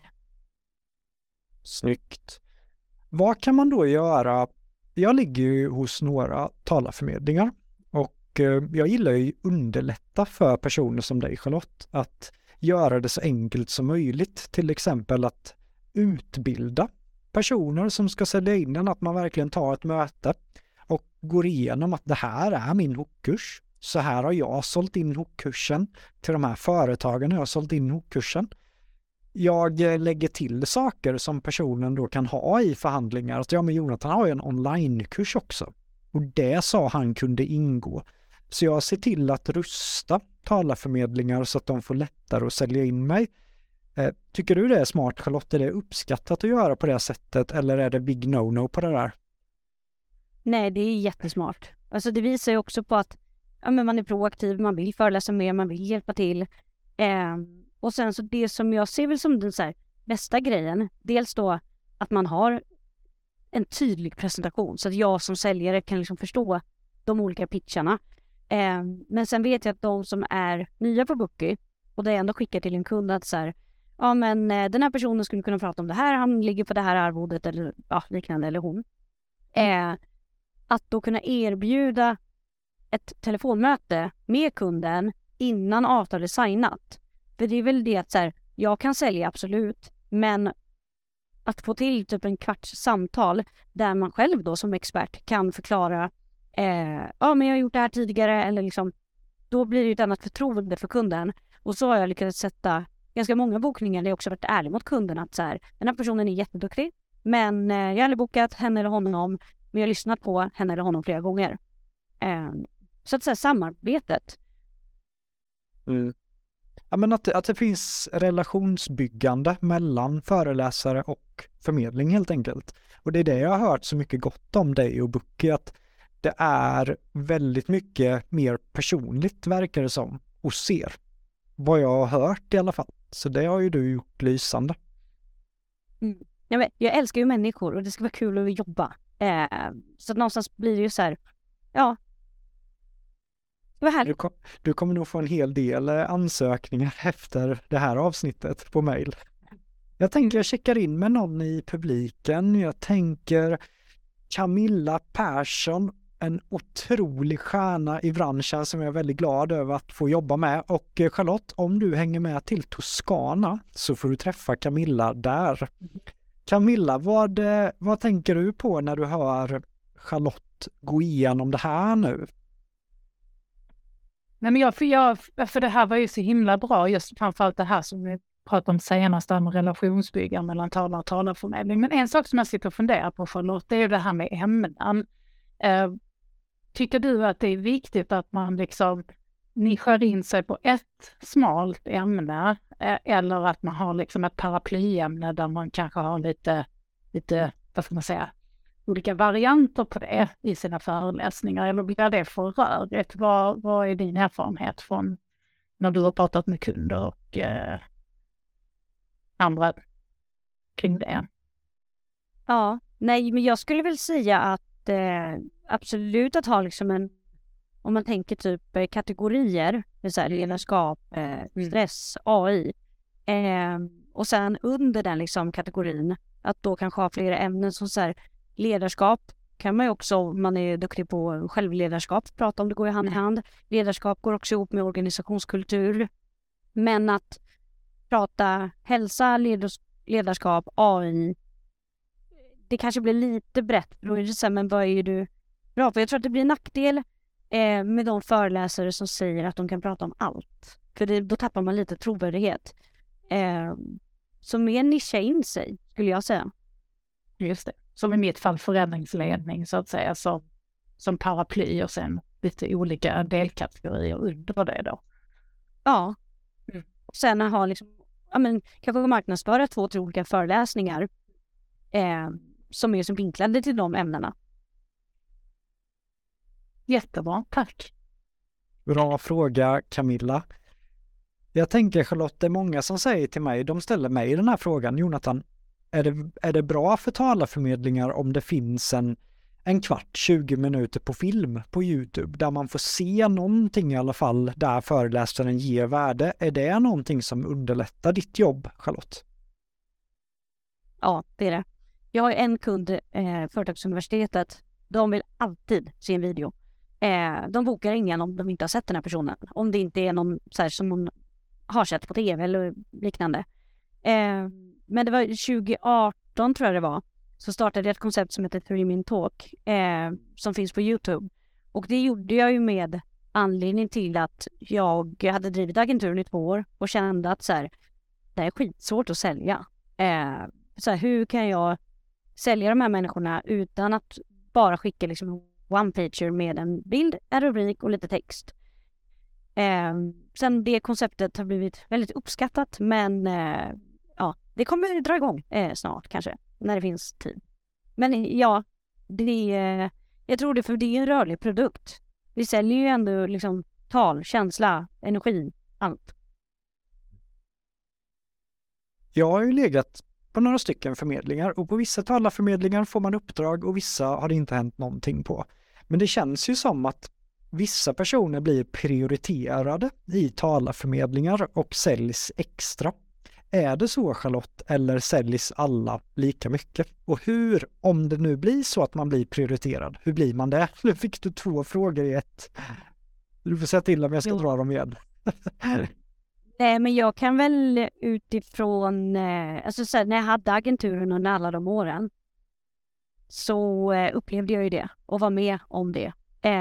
Snyggt. Vad kan man då göra? Jag ligger ju hos några talarförmedlingar och jag gillar ju underlätta för personer som dig Charlotte att göra det så enkelt som möjligt. Till exempel att utbilda personer som ska sälja in den, att man verkligen tar ett möte och går igenom att det här är min hookkurs. Så här har jag sålt in hookkursen till de här företagen, jag har sålt in hookkursen. Jag lägger till saker som personen då kan ha i förhandlingar. Att men Jonathan har ju en onlinekurs också. Och det sa han kunde ingå. Så jag ser till att rusta talarförmedlingar så att de får lättare att sälja in mig. Tycker du det är smart Charlotte? Är det uppskattat att göra på det sättet eller är det big no-no på det där? Nej, det är jättesmart. Alltså det visar ju också på att men man är proaktiv, man vill föreläsa mer, man vill hjälpa till. Och sen så det som jag ser väl som den så här bästa grejen, dels då att man har en tydlig presentation så att jag som säljare kan liksom förstå de olika pitcharna. Men sen vet jag att de som är nya på Bookie och det ändå skickar till en kund att så här, men den här personen skulle kunna prata om det här, han ligger på det här arvodet eller liknande eller hon. Att då kunna erbjuda ett telefonmöte med kunden innan avtalet är signat. För det är väl det att så här, jag kan sälja absolut, men att få till typ en kvarts samtal där man själv då som expert kan förklara men jag har gjort det här tidigare eller liksom, då blir det ett annat förtroende för kunden. Och så har jag lyckats sätta ganska många bokningar där jag också varit ärlig mot kunden att så här, den här personen är jätteduktig, men jag har aldrig bokat henne eller honom, men jag har lyssnat på henne eller honom flera gånger. Så att säga samarbetet. Mm. Ja, men att det finns relationsbyggande mellan föreläsare och förmedling helt enkelt. Och det är det jag har hört så mycket gott om dig och Bookie, att det är väldigt mycket mer personligt verkar det som hos er. Vad jag har hört i alla fall. Så det har ju du gjort lysande. Mm. Jag älskar ju människor och det ska vara kul att jobba. Så att någonstans blir det ju så här, det var härligt. Du kommer nog få en hel del ansökningar efter det här avsnittet på mejl. Jag tänker jag checkar in med någon i publiken. Jag tänker Camilla Persson, en otrolig stjärna i branschen som jag är väldigt glad över att få jobba med. Och Charlotte, om du hänger med till Toscana så får du träffa Camilla där. Camilla, vad tänker du på när du hör Charlotte gå igenom det här nu? Nej, men för det här var ju så himla bra, just framförallt det här som vi pratade om senast, med relationsbyggande mellan talare och talarförmedling. Men en sak som jag sitter och funderar på, Charlotte, det är ju det här med ämnen. Tycker du att det är viktigt att man liksom nischar in sig på ett smalt ämne eller att man har liksom ett paraplyämne där man kanske har lite, vad ska man säga, olika varianter på det i sina föreläsningar, eller blir det för rörigt? Vad är din erfarenhet från när du har pratat med kunder och andra kring det? Ja, nej, men jag skulle väl säga att absolut att ha liksom om man tänker typ kategorier, så här, ledarskap, stress, AI, och sen under den liksom kategorin att då kanske ha flera ämnen som så här, ledarskap kan man ju också, om man är duktig på självledarskap, prata om det går i hand i hand. Ledarskap går också ihop med organisationskultur. Men att prata hälsa, ledarskap, AI, det kanske blir lite brett. Då är det så här, men vad är du bra på? Jag tror att det blir en nackdel med de föreläsare som säger att de kan prata om allt. För då tappar man lite trovärdighet. Så mer nischa in sig, skulle jag säga. Just det. Som i mitt fall förändringsledning så att säga, som paraply och sen lite olika delkategorier under det då. Ja. Och sen ha liksom, kanske marknadsföra 2-3 olika föreläsningar som är så vinklade till de ämnena. Jättebra, tack. Bra fråga, Camilla. Jag tänker, Charlotte, det är många som säger till mig, de ställer mig den här frågan, Jonathan, är det bra för talarförmedlingar om det finns en kvart, 20 minuter på film på YouTube där man får se någonting i alla fall där föreläsaren ger värde? Är det någonting som underlättar ditt jobb, Charlotte? Ja, det är det. Jag har en kund, Företagsuniversitetet, de vill alltid se en video. De bokar ingen om de inte har sett den här personen. Om det inte är någon så här, som hon har sett på tv eller liknande. Men det var 2018 tror jag det var. Så startade jag ett koncept som heter 3-Min Talk. Som finns på YouTube. Och det gjorde jag ju med anledning till att jag hade drivit agenturen i 2 år. Och kände att så här, det är skitsvårt att sälja. Så här, hur kan jag sälja de här människorna utan att bara skicka liksom one-pager med en bild, en rubrik och lite text. Sen det konceptet har blivit väldigt uppskattat, men det kommer dra igång snart kanske, när det finns tid. Men ja, jag tror det, för det är en rörlig produkt. Vi säljer ju ändå liksom tal, känsla, energi, allt. Jag har ju legat på några stycken förmedlingar och på vissa talarförmedlingar får man uppdrag och vissa har det inte hänt någonting på. Men det känns ju som att vissa personer blir prioriterade i talarförmedlingar och säljs extra. Är det så, Charlotte, eller säljs alla lika mycket? Och hur, om det nu blir så att man blir prioriterad, hur blir man det? Nu fick du 2 frågor i ett. Du får säga till om jag ska dra dem igen. Nej, men jag kan väl utifrån, alltså så här, när jag hade agenturen under alla de åren så upplevde jag ju det och var med om det.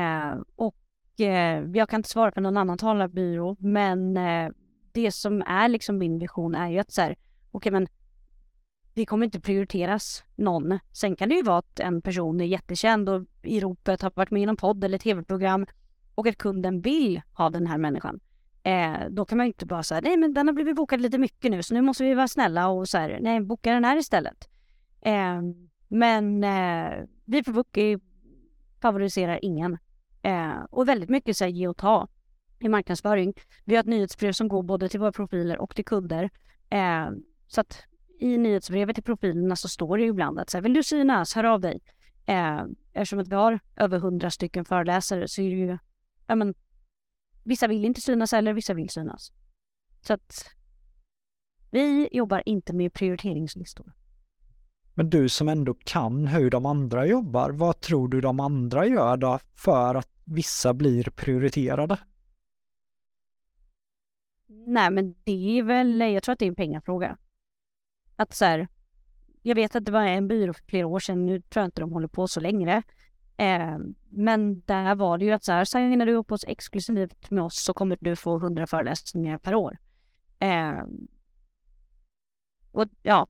Jag kan inte svara för någon annan talarbyrå, men det som är liksom min vision är ju att så här, okej, men det kommer inte prioriteras någon. Sen kan det ju vara att en person är jättekänd och i ropet har varit med i någon podd eller tv-program och att kunden vill ha den här människan. Då kan man ju inte bara säga, nej men den har blivit bokad lite mycket nu så nu måste vi vara snälla och så här, nej, boka den här istället. Men vi på Bookie favoriserar ingen. Och väldigt mycket så här, ge och ta i marknadsföring. Vi har ett nyhetsbrev som går både till våra profiler och till kunder. Så att i nyhetsbrevet till profilerna så står det ju ibland att så här, vill du synas, hör av dig. Eftersom att vi har över 100 stycken föreläsare så är det ju, vissa vill inte synas eller vissa vill synas. Så att Vi jobbar inte med prioriteringslistor. Men du som ändå kan hur de andra jobbar, vad tror du de andra gör då för att vissa blir prioriterade? Nej, men det är väl, jag tror att det är en pengafråga. Att så här, jag vet att det var en byrå för flera år sedan, nu tror jag inte de håller på så längre. Men där var det ju att så här, signar du upp oss exklusivt med oss så kommer du få 100 föreläsningar per år. Och ja.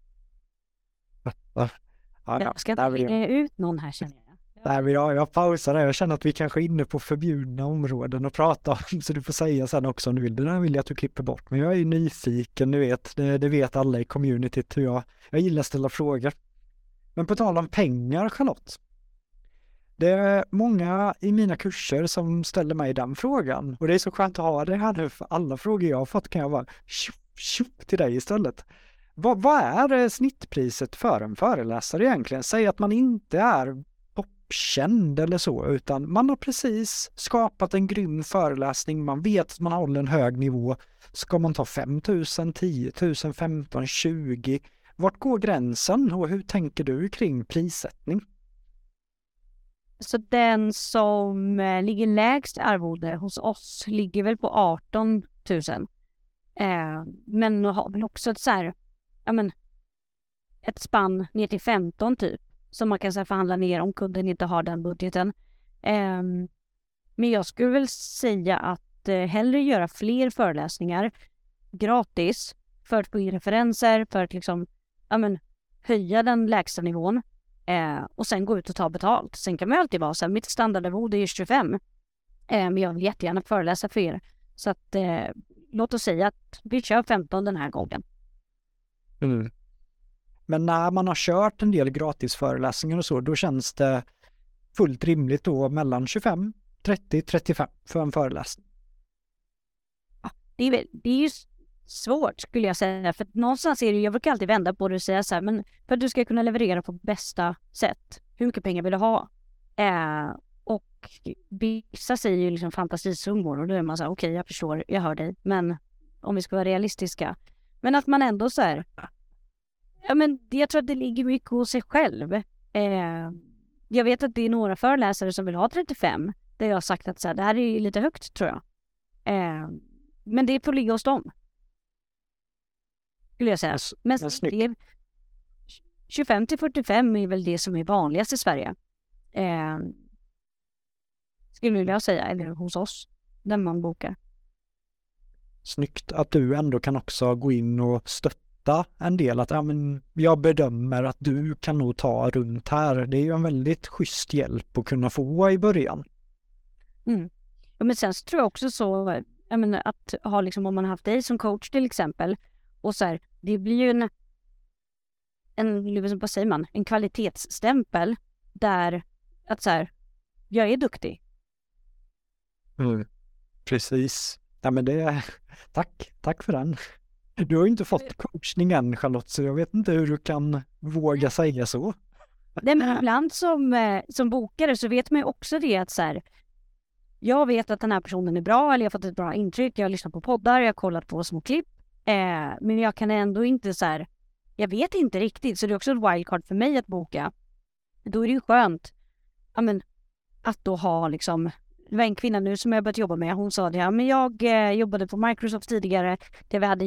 Jag ska inte lägga ut någon här, känner jag. Jag pausar där. Jag känner att vi kanske är inne på förbjudna områden att prata om, så du får säga sen också om du vill. Det där vill jag att du klipper bort. Men jag är ju nyfiken, du vet. Det vet alla i communityt hur jag gillar att ställa frågor. Men på tal om pengar, Charlotte. Det är många i mina kurser som ställer mig den frågan. Och det är så skönt att ha det här nu, för alla frågor jag har fått kan jag bara tjup till dig istället. Vad är snittpriset för en föreläsare egentligen? Säg att man inte är toppkänd eller så, utan man har precis skapat en grym föreläsning. Man vet att man håller en hög nivå. Ska man ta 5 000, 10 000, 15, 20? Vart går gränsen och hur tänker du kring prissättning? Så den som ligger lägst arvode hos oss ligger väl på 18 000. Men har väl också ett så här, ett spann ner till 15 typ. Som man kan så här förhandla ner om kunden inte har den budgeten. Men jag skulle väl säga att hellre göra fler föreläsningar gratis för att få in referenser, för att liksom, höja den lägsta nivån. Och sen gå ut och ta betalt. Sen kan man alltid vara så här, mitt standardarvode är 25. Men jag vill jättegärna föreläsa för er. Så att låt oss säga att vi kör 15 den här gången. Mm. Men när man har kört en del gratis föreläsningar och så, då känns det fullt rimligt då mellan 25, 30, 35 för en föreläsning. Ja, det är ju svårt skulle jag säga, för någonstans är det, jag brukar alltid vända på det och säga så här, men för att du ska kunna leverera på bästa sätt, hur mycket pengar vill du ha? Och vissa säger ju liksom fantasisummor och då är man så här, okej, jag förstår, jag hör dig, men om vi ska vara realistiska, men att man ändå så här, jag tror att det ligger mycket hos sig själv. Jag vet att det är några föreläsare som vill ha 35, där jag har sagt att så här, det här är lite högt tror jag. Men det får ligga hos dem. Skulle jag säga. Men det 25 till 45 är väl det som är vanligast i Sverige. Skulle jag säga, eller hos oss, där man bokar. Snyggt att du ändå kan också gå in och stötta en del. Att jag bedömer att du kan nog ta runt här. Det är ju en väldigt schysst hjälp att kunna få i början. Mm. Ja, men sen så tror jag också så, att ha liksom, om man har haft dig som coach till exempel, och så här, det blir ju vad säger man, en kvalitetsstämpel där att så här, jag är duktig. Mm. Precis. Ja, men tack för den. Du har ju inte fått coachning än, Charlotte, så jag vet inte hur du kan våga säga så. Nej, men ibland som bokare så vet man ju också det att så här, jag vet att den här personen är bra, eller jag har fått ett bra intryck, jag har lyssnat på poddar, jag har kollat på små klipp, men jag kan ändå inte så här, jag vet inte riktigt, så det är också ett wildcard för mig att boka. Då är det ju skönt att då ha liksom, det var en kvinna nu som jag börjat jobba med, hon sa det, men jag jobbade på Microsoft tidigare, där vi hade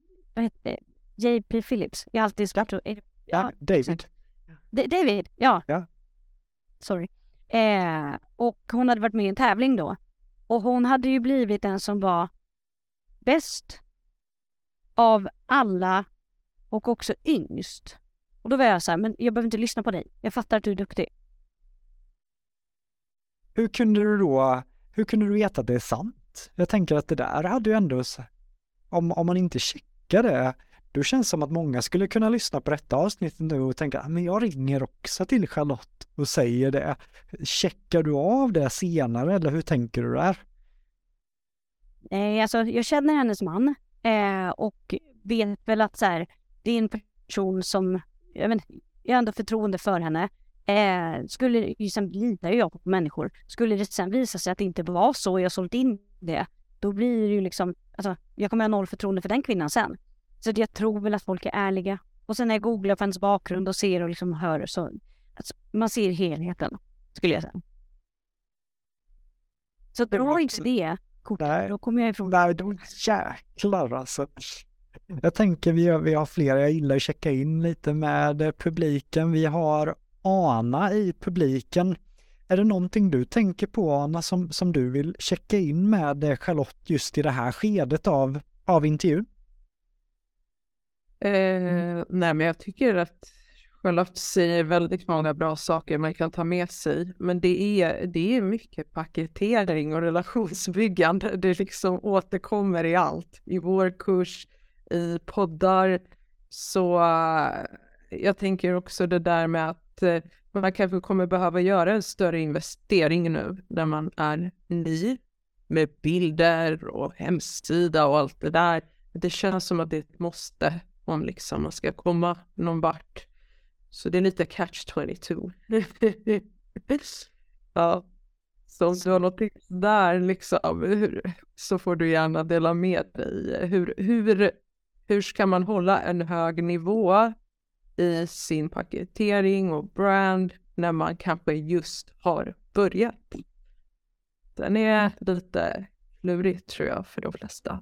JP Phillips. Jag har alltid sagt David. David, ja. Sorry. Och hon hade varit med i en tävling då. Och hon hade ju blivit den som var bäst av alla och också yngst. Och då var jag så här, men jag behöver inte lyssna på dig. Jag fattar att du är duktig. Hur kunde du veta att det är sant? Jag tänker att det där hade ju ändå, om man inte checkar det, då känns det som att många skulle kunna lyssna på detta avsnitt nu och tänka, men jag ringer också till Charlotte och säger det. Checkar du av det senare eller hur tänker du där? Alltså, jag känner hennes man och vet väl att så här, det är en person som, jag har ändå förtroende för henne. Skulle ju sen litar jag på människor. Skulle det sen visa sig att det inte var så och jag sålt in det, då blir det ju liksom, alltså, jag kommer ha noll förtroende för den kvinnan sen. Så jag tror väl att folk är ärliga. Och sen när jag googlar på ens bakgrund och ser och liksom hör så alltså, man ser helheten, skulle jag säga. Så dra inte det kortet, då kommer jag ifrån. Nej, då jäklar alltså. Jag tänker vi har flera, jag gillar att checka in lite med publiken. Vi har Ana i publiken. Är det någonting du tänker på, Ana, som du vill checka in med Charlotte just i det här skedet av intervjun? Nej, men jag tycker att Charlotte säger väldigt många bra saker man kan ta med sig. Men det är mycket paketering och relationsbyggande. Det liksom återkommer i allt. I vår kurs, i poddar. Så jag tänker också det där med att man kanske kommer behöva göra en större investering nu när man är ny. Med bilder och hemsida och allt det där. Det känns som att det måste om liksom man ska komma någon vart. Så det är lite catch-22. Ja. Så om du har något tips där liksom, så får du gärna dela med dig. Hur ska man hålla en hög nivå i sin paketering och brand när man kanske just har börjat? Den är lite lurigt tror jag för de flesta.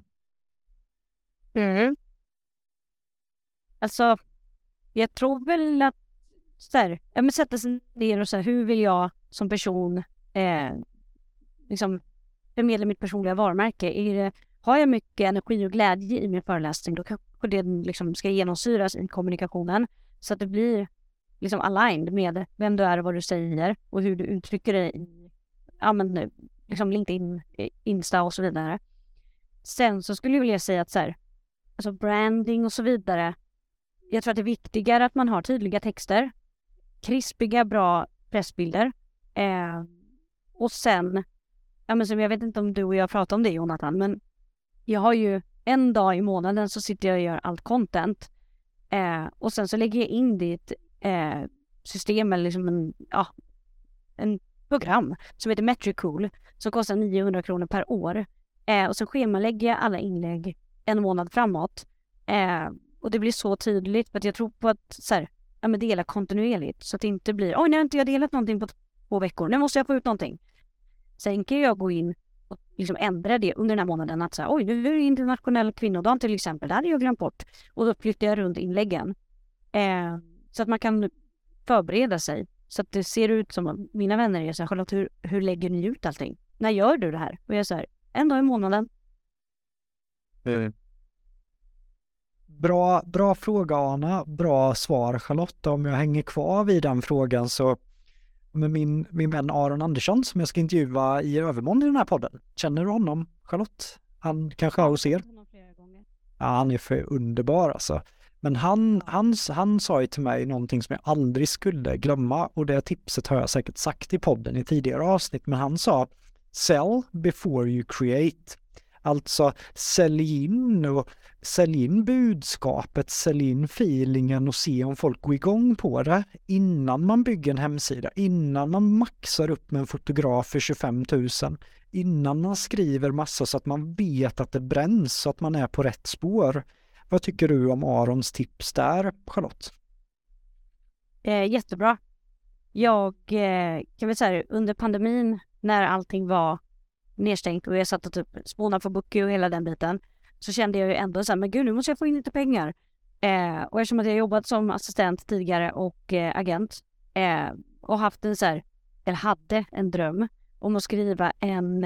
Alltså, jag tror väl att sätta sig ner och så här, hur vill jag som person liksom förmedla mitt personliga varumärke? Har jag mycket energi och glädje i min föreläsning, då kanske det liksom ska genomsyras i kommunikationen så att det blir liksom aligned med vem du är och vad du säger och hur du uttrycker dig i liksom LinkedIn, Insta och så vidare. Sen så skulle jag vilja säga att så här, alltså branding och så vidare. Jag tror att det är viktigare att man har tydliga texter, krispiga, bra pressbilder. Och sen, som jag vet inte om du och jag pratar om det, Jonathan, men jag har ju en dag i månaden så sitter jag och gör allt content. Och sen så lägger jag in det i ett system eller liksom en program som heter Metricool som kostar 900 kronor per år. Och så schemalägger jag alla inlägg en månad framåt. Och det blir så tydligt för att jag tror på att dela kontinuerligt så att det inte blir nu har inte jag delat någonting på 2 veckor, nu måste jag få ut någonting. Sen kan jag gå in och liksom ändra det under den här månaden att nu är det internationell kvinnodag till exempel, det hade jag glömt bort och då flyttar jag runt inläggen så att man kan förbereda sig så att det ser ut som mina vänner är Charlotte, hur lägger ni ut allting? När gör du det här? Och jag säger en dag i månaden. Bra fråga, Ana. Bra svar, Charlotte. Om jag hänger kvar vid den frågan så med min vän Aron Andersson som jag ska intervjua i övermorgon i den här podden. Känner du honom, Charlotte? Han kanske har hos er? Ja, han är för underbar alltså. Men han sa ju till mig någonting som jag aldrig skulle glömma och det tipset har jag säkert sagt i podden i tidigare avsnitt, men han sa sell before you create. Alltså sälj in budskapet, sälj in feelingen och se om folk går igång på det innan man bygger en hemsida, innan man maxar upp med en fotograf för 25 000, innan man skriver massa så att man vet att det bränns så att man är på rätt spår. Vad tycker du om Arons tips där, Charlotte? Jättebra. Jag kan väl säga under pandemin när allting var nedstängt och jag satt och typ spånade på Bookie och hela den biten, så kände jag ju ändå men gud, nu måste jag få in lite pengar. Och eftersom att jag jobbat som assistent tidigare och agent och haft en hade en dröm om att skriva en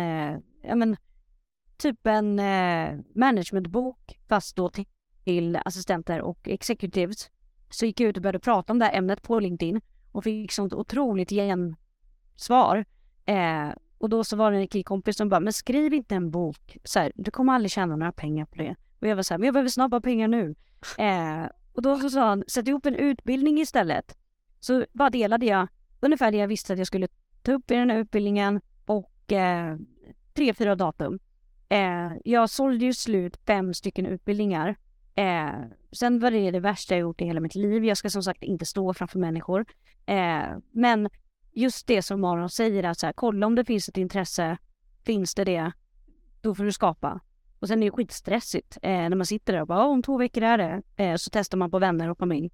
managementbok fast då till assistenter och executives, så gick jag ut och började prata om det här ämnet på LinkedIn och fick sånt otroligt gensvar. Och då så var det en killkompis som bara, men skriv inte en bok. Du kommer aldrig tjäna några pengar på det. Och jag var men jag behöver snabba pengar nu. Och då så sa han, sätt ihop en utbildning istället. Så bara delade jag ungefär det jag visste att jag skulle ta upp i den här utbildningen och 3-4 datum. Jag sålde ju slut 5 stycken utbildningar. Sen var det värsta jag gjort i hela mitt liv. Jag ska som sagt inte stå framför människor. Men just det som Aron säger, att kolla om det finns ett intresse, finns det, då får du skapa. Och sen är det skitstressigt när man sitter där och bara om 2 veckor är det. Så testar man på vänner och familj.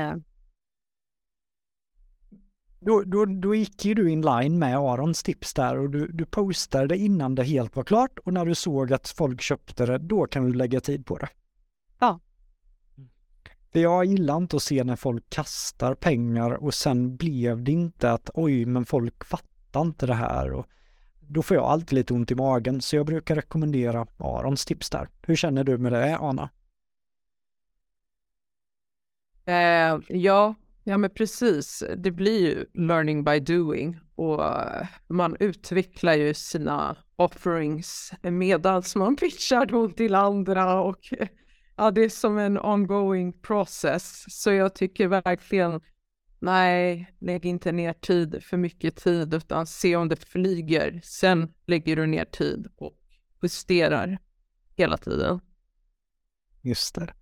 Då gick ju du in line med Arons tips där och du postade det innan det helt var klart och när du såg att folk köpte det, då kan du lägga tid på det. Ja. För jag gillar inte att se när folk kastar pengar och sen blev det inte att oj, men folk fattar inte det här och då får jag alltid lite ont i magen så jag brukar rekommendera Arons tips där. Hur känner du med det, Anna? Ja, men precis. Det blir ju learning by doing och man utvecklar ju sina offerings medans man pitchar dem till andra och ja, det är som en ongoing process. Så jag tycker verkligen, nej, lägg inte ner tid, för mycket tid, utan se om det flyger. Sen lägger du ner tid och justerar hela tiden. Just det.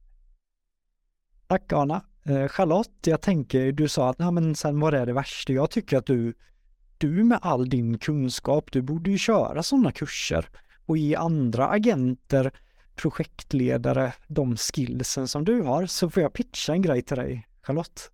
Tack Anna. Charlotte, jag tänker, du sa att men sen var det värsta. Jag tycker att du med all din kunskap, du borde ju köra sådana kurser och ge andra agenter, projektledare de skillsen som du har. Så får jag pitcha en grej till dig, Charlotte.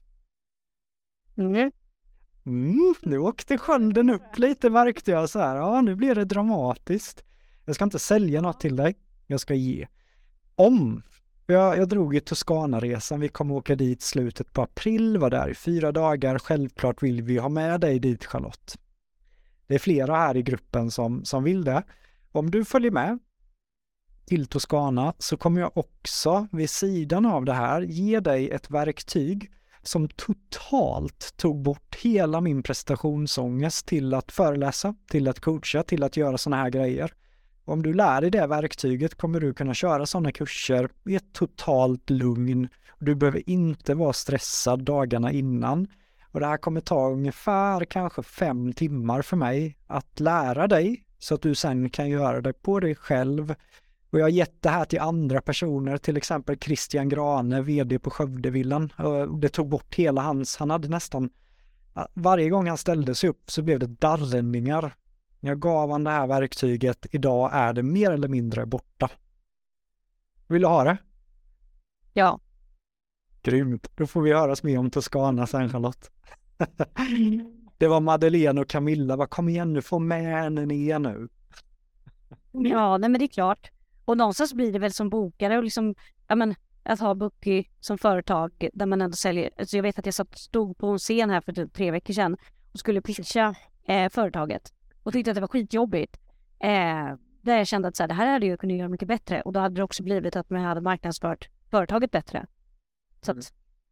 Nu åkte skölden upp lite, märkte jag så här. Ja, nu blir det dramatiskt. Jag ska inte sälja något till dig. Jag ska ge. Jag drog i Toscana-resan. Vi kommer åka dit slutet på april. Var där i 4 dagar. Självklart vill vi ha med dig dit, Charlotte. Det är flera här i gruppen som vill det. Om du följer med till Toscana så kommer jag också vid sidan av det här ge dig ett verktyg som totalt tog bort hela min prestationsångest till att föreläsa, till att coacha, till att göra såna här grejer. Om du lär dig det verktyget kommer du kunna köra sådana kurser i ett totalt lugn. Du behöver inte vara stressad dagarna innan. Och det här kommer ta ungefär kanske 5 timmar för mig att lära dig så att du sen kan göra det på dig själv. Och jag har gett det här till andra personer, till exempel Christian Grane, vd på Skövdevillan. Det tog bort hela han hade nästan, varje gång han ställde sig upp så blev det darrningar. Jag gav han det här verktyget, idag är det mer eller mindre borta. Vill du ha det? Ja. Grymt, då får vi höras mer om Toscana sen, Charlotte. Det var Madeleine och Camilla, kom igen nu, få med ner nu. Ja, nej, men det är klart. Och någonstans blir det väl som bokare och liksom, att ha Bookie som företag där man ändå säljer. Alltså jag vet att jag stod på en scen här för typ 3 veckor sedan och skulle pitcha företaget och tyckte att det var skitjobbigt. Där jag kände att så här, det här hade jag kunnat göra mycket bättre och då hade det också blivit att man hade marknadsfört företaget bättre. Så att...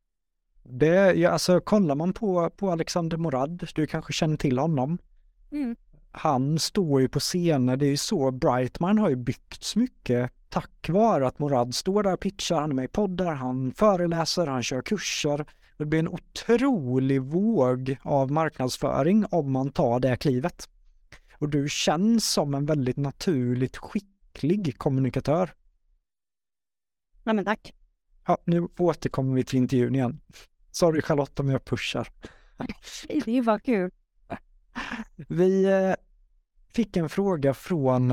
kollar man på Alexander Morad, du kanske känner till honom. Han står ju på scener, det är ju så Brightman har ju byggts mycket tack vare att Morad står där och pitchar, han är med i poddar, han föreläser, han kör kurser. Det blir en otrolig våg av marknadsföring om man tar det klivet. Och du känns som en väldigt naturligt skicklig kommunikatör. Ja, men tack. Ja, nu återkommer vi till intervjun igen. Sorry Charlotte om jag pushar. Det är ju bara kul. Vi fick en fråga från...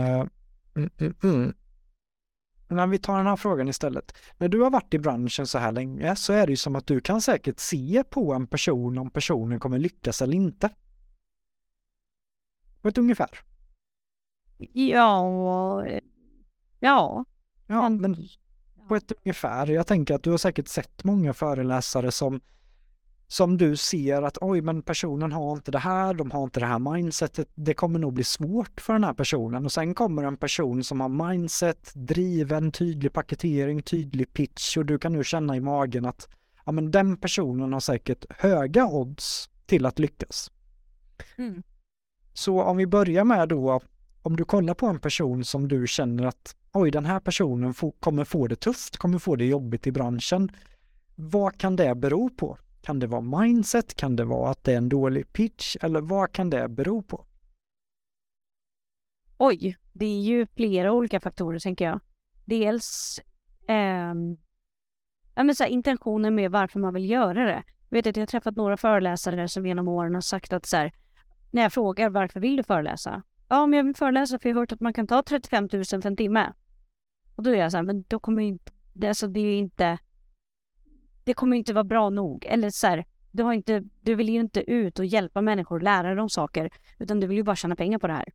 När vi tar den här frågan istället. När du har varit i branschen så här länge så är det ju som att du kan säkert se på en person om personen kommer lyckas eller inte. På ett ungefär. Ja, men på ett ungefär. Jag tänker att du har säkert sett många föreläsare som du ser att oj, men personen har inte det här, de har inte det här mindsetet, det kommer nog bli svårt för den här personen. Och sen kommer en person som har mindset, driven, tydlig paketering, tydlig pitch och du kan nu känna i magen att ja, men den personen har säkert höga odds till att lyckas. Så om vi börjar med då, om du kollar på en person som du känner att oj, den här personen kommer få det tufft, kommer få det jobbigt i branschen. Vad kan det bero på? Kan det vara mindset? Kan det vara att det är en dålig pitch? Eller vad kan det bero på? Oj, det är ju flera olika faktorer tänker jag. Dels intentionen med varför man vill göra det. Jag vet att jag har träffat några föreläsare som genom åren har sagt att så här, när jag frågar varför vill du föreläsa? ja men jag vill föreläsa för jag har hört att man kan ta 35 000 för en timme. Och då är jag så här, men då kommer inte, det kommer inte vara bra nog. Eller så här, du vill ju inte ut och hjälpa människor och lära dem saker, utan du vill ju bara tjäna pengar på det här.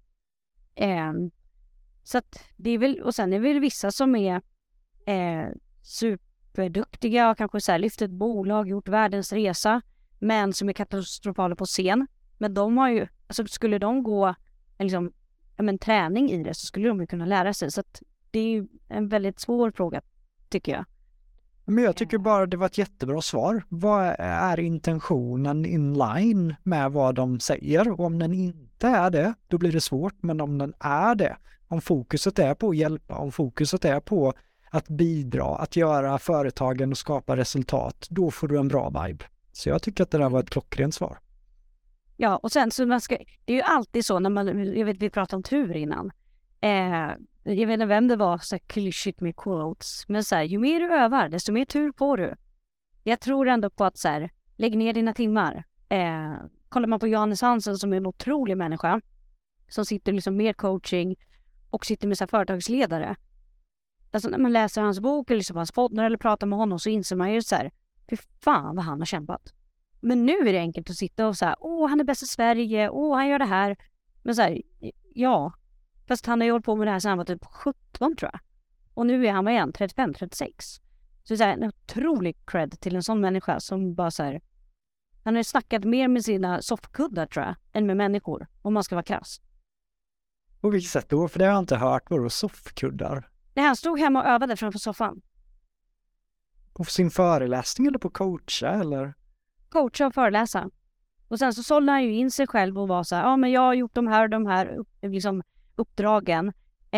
Så att det är väl, och sen är det väl vissa som är superduktiga och kanske så här, lyft ett bolag, gjort världens resa, men som är katastrofala på scen. Men de har ju, alltså skulle de gå liksom, träning i det, så skulle de ju kunna lära sig. Så att det är ju en väldigt svår fråga, tycker jag. Men jag tycker bara det var ett jättebra svar. Vad är intentionen inline med vad de säger? Och om den inte är det, då blir det svårt. Men om den är det, om fokuset är på att hjälpa, om fokuset är på att bidra, att göra företagen och skapa resultat, då får du en bra vibe. Så jag tycker att det där var ett klockrent svar. Ja, och sen så det är ju alltid så när vi pratade om tur innan. Jag vet inte vem det var, så klyschigt med quotes. Men så här, ju mer du övar, desto mer tur får du. Jag tror ändå på att så här, lägg ner dina timmar. Kollar man på Johannes Hansen som är en otrolig människa, som sitter liksom med coaching och sitter med så här företagsledare. Alltså när man läser hans bok eller liksom hans podd eller pratar med honom, så inser man ju så här, fy fan vad han har kämpat. Men nu är det enkelt att sitta och så här, han är bäst i Sverige, han gör det här. Men så här, ja. Fast han har ju hållit på med det här sedan han var typ 17, tror jag. Och nu är han igen 35, 36. Så det är en otrolig cred till en sån människa som bara så här, han har ju snackat mer med sina soffkuddar, tror jag, än med människor, om man ska vara krass. Och vilket sätt då? För det har jag inte hört. Vadå soffkuddar? Nej, han stod hemma och övade framför soffan. På sin föreläsning eller på coacha eller? Coacha och föreläsa. Och sen så sålde han ju in sig själv och var så här, men jag har gjort de här liksom uppdragen.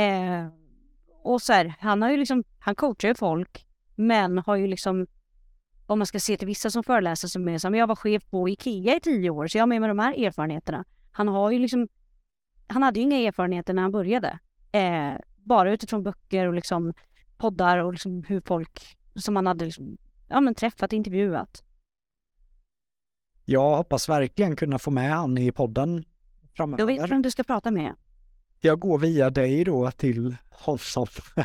Och så här, han coachar ju folk, men har ju liksom, om man ska se till vissa som föreläser som är som jag var chef på IKEA i 10 år, så jag har med mig de här erfarenheterna. Han hade ju inga erfarenheter när han började. Bara utifrån böcker och liksom poddar och liksom hur folk som han hade liksom, träffat, intervjuat. Jag hoppas verkligen kunna få med han i podden framöver. Jag vet vem du ska prata med. Jag går via dig då till honom.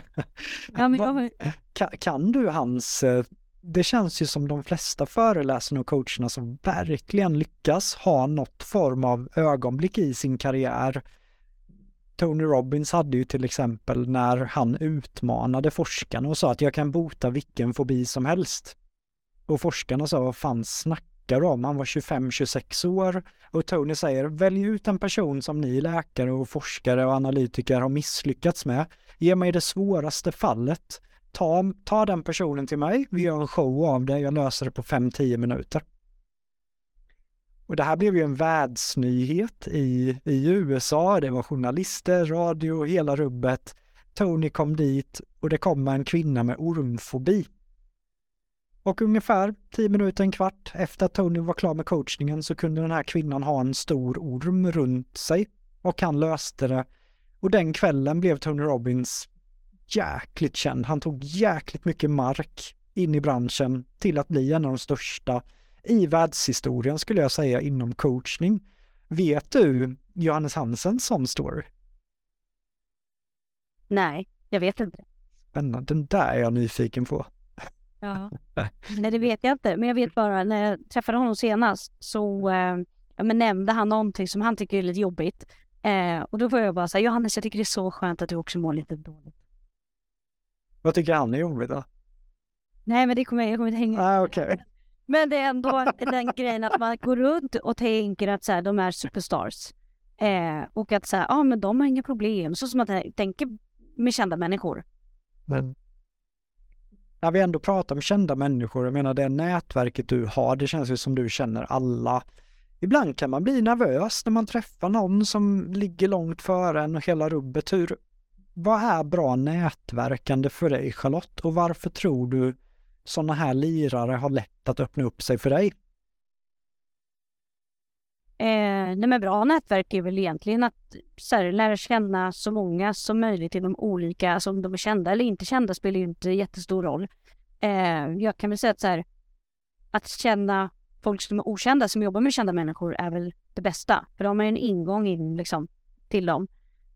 Kan du hans... Det känns ju som de flesta föreläsarna och coacherna som verkligen lyckas ha något form av ögonblick i sin karriär. Tony Robbins hade ju till exempel när han utmanade forskarna och sa att jag kan bota vilken fobi som helst. Och forskarna sa, vad fan snackar du om? Han var 25-26 år. Och Tony säger, välj ut en person som ni läkare och forskare och analytiker har misslyckats med. Ge mig det svåraste fallet. Ta den personen till mig. Vi gör en show av det. Jag löser det på 5-10 minuter. Och det här blev ju en världsnyhet i USA. Det var journalister, radio, hela rubbet. Tony kom dit och det kom en kvinna med ormfobi. Och ungefär 10 minuter, en kvart efter att Tony var klar med coachningen så kunde den här kvinnan ha en stor orm runt sig. Och han löste det. Och den kvällen blev Tony Robbins jäkligt känd. Han tog jäkligt mycket mark in i branschen till att bli en av de största i världshistorien skulle jag säga inom coachning. Vet du Johannes Hansens som story? Nej, jag vet inte. Spännande, den där är jag nyfiken på. Ja. Nej, det vet jag inte. Men jag vet bara, när jag träffade honom senast så nämnde han någonting som han tycker är lite jobbigt. Och då får jag bara säga, Johannes, jag tycker det är så skönt att du också mår lite dåligt. Vad tycker han är jobbigt då? Nej, men jag kommer inte hänga. Okay. Men det är ändå den grejen att man går runt och tänker att så här, de är superstars. Och att så här, men de har inga problem. Så som man tänker med kända människor. Men när vi ändå pratar om kända människor, jag menar det nätverket du har, det känns ju som du känner alla. Ibland kan man bli nervös när man träffar någon som ligger långt före en och hela rubbet. Vad är bra nätverkande för dig, Charlotte? Och varför tror du sådana här lirare har lätt att öppna upp sig för dig? Nej, men bra nätverk är väl egentligen att så här, lära känna så många som möjligt i de olika, alltså om de är kända eller inte kända spelar ju inte jättestor roll. Jag kan väl säga att så här, att känna folk som är okända som jobbar med kända människor är väl det bästa. För då har man ju en ingång in liksom, till dem.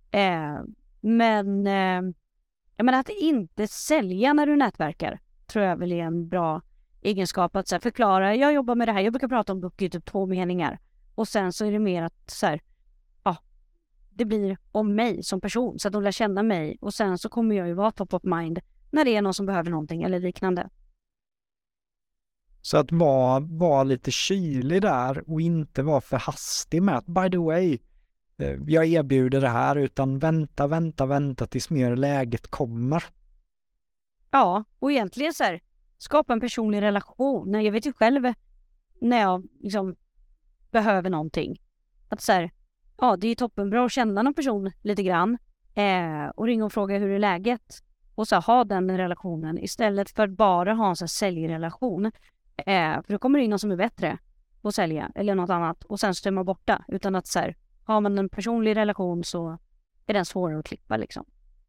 Men jag menar att inte sälja när du nätverkar tror jag väl är en bra egenskap att så här, förklara. Jag jobbar med det här. Jag brukar prata om book i typ 2 meningar. Och sen så är det mer att så här, det blir om mig som person så att de lär känna mig. Och sen så kommer jag ju vara top of mind när det är någon som behöver någonting eller liknande. Så att vara lite kylig där och inte vara för hastig med att by the way, jag erbjuder det här, utan vänta tills mer läget kommer. Ja, och egentligen så här, skapa en personlig relation. Jag vet ju själv när jag liksom behöver någonting. Att så här, ja, det är toppenbra att känna någon person lite grann. Och ringa och fråga hur är läget. Och så här, ha den relationen istället för att bara ha en så här säljrelation. För då kommer det in någon som är bättre att sälja eller något annat. Och sen så är man borta. Utan att så här, har man en personlig relation så är den svårare att klippa liksom.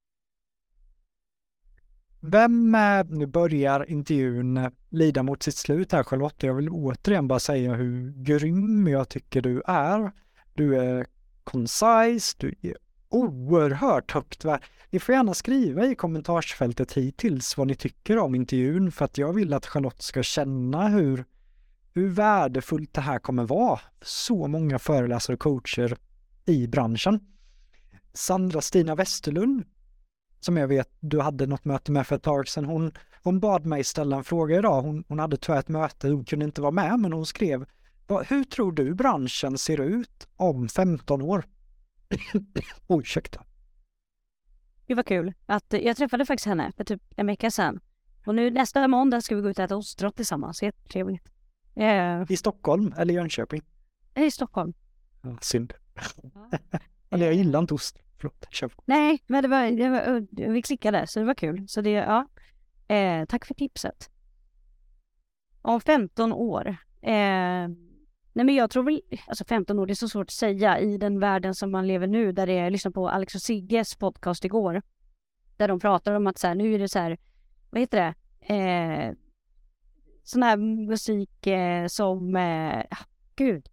Nu börjar intervjun lida mot sitt slut här, Charlotte. Jag vill återigen bara säga hur grym jag tycker du är. Du är concise, du är oerhört högt värd. Ni får gärna skriva i kommentarsfältet hittills vad ni tycker om intervjun, för att jag vill att Charlotte ska känna hur värdefullt det här kommer vara. Så många föreläsare och coacher i branschen. Stina Westerlund, som jag vet du hade något möte med för ett tag sedan, hon bad mig ställa en fråga idag. Hon hade tyvärr ett möte, hon kunde inte vara med, men hon skrev: hur tror du branschen ser ut om 15 år? Ursäkta. Det var kul. Jag träffade faktiskt henne för typ en vecka sedan. Och nu nästa måndag ska vi gå ut och äta ostron tillsammans. Jättetrevligt. I Stockholm eller Jönköping? I Stockholm. Ja, synd. Eller jag gillar inte ost. Förlåt, kör. Nej, men vi klickade så det var kul. Så det, ja. Tack för tipset. Om 15 år. Nej, men jag tror väl, alltså 15 år, det är så svårt att säga i den världen som man lever nu, där jag lyssnade på Alex och Sigges podcast igår, där de pratar om att så här, nu är det så här, vad heter det, sån här musik som, gud,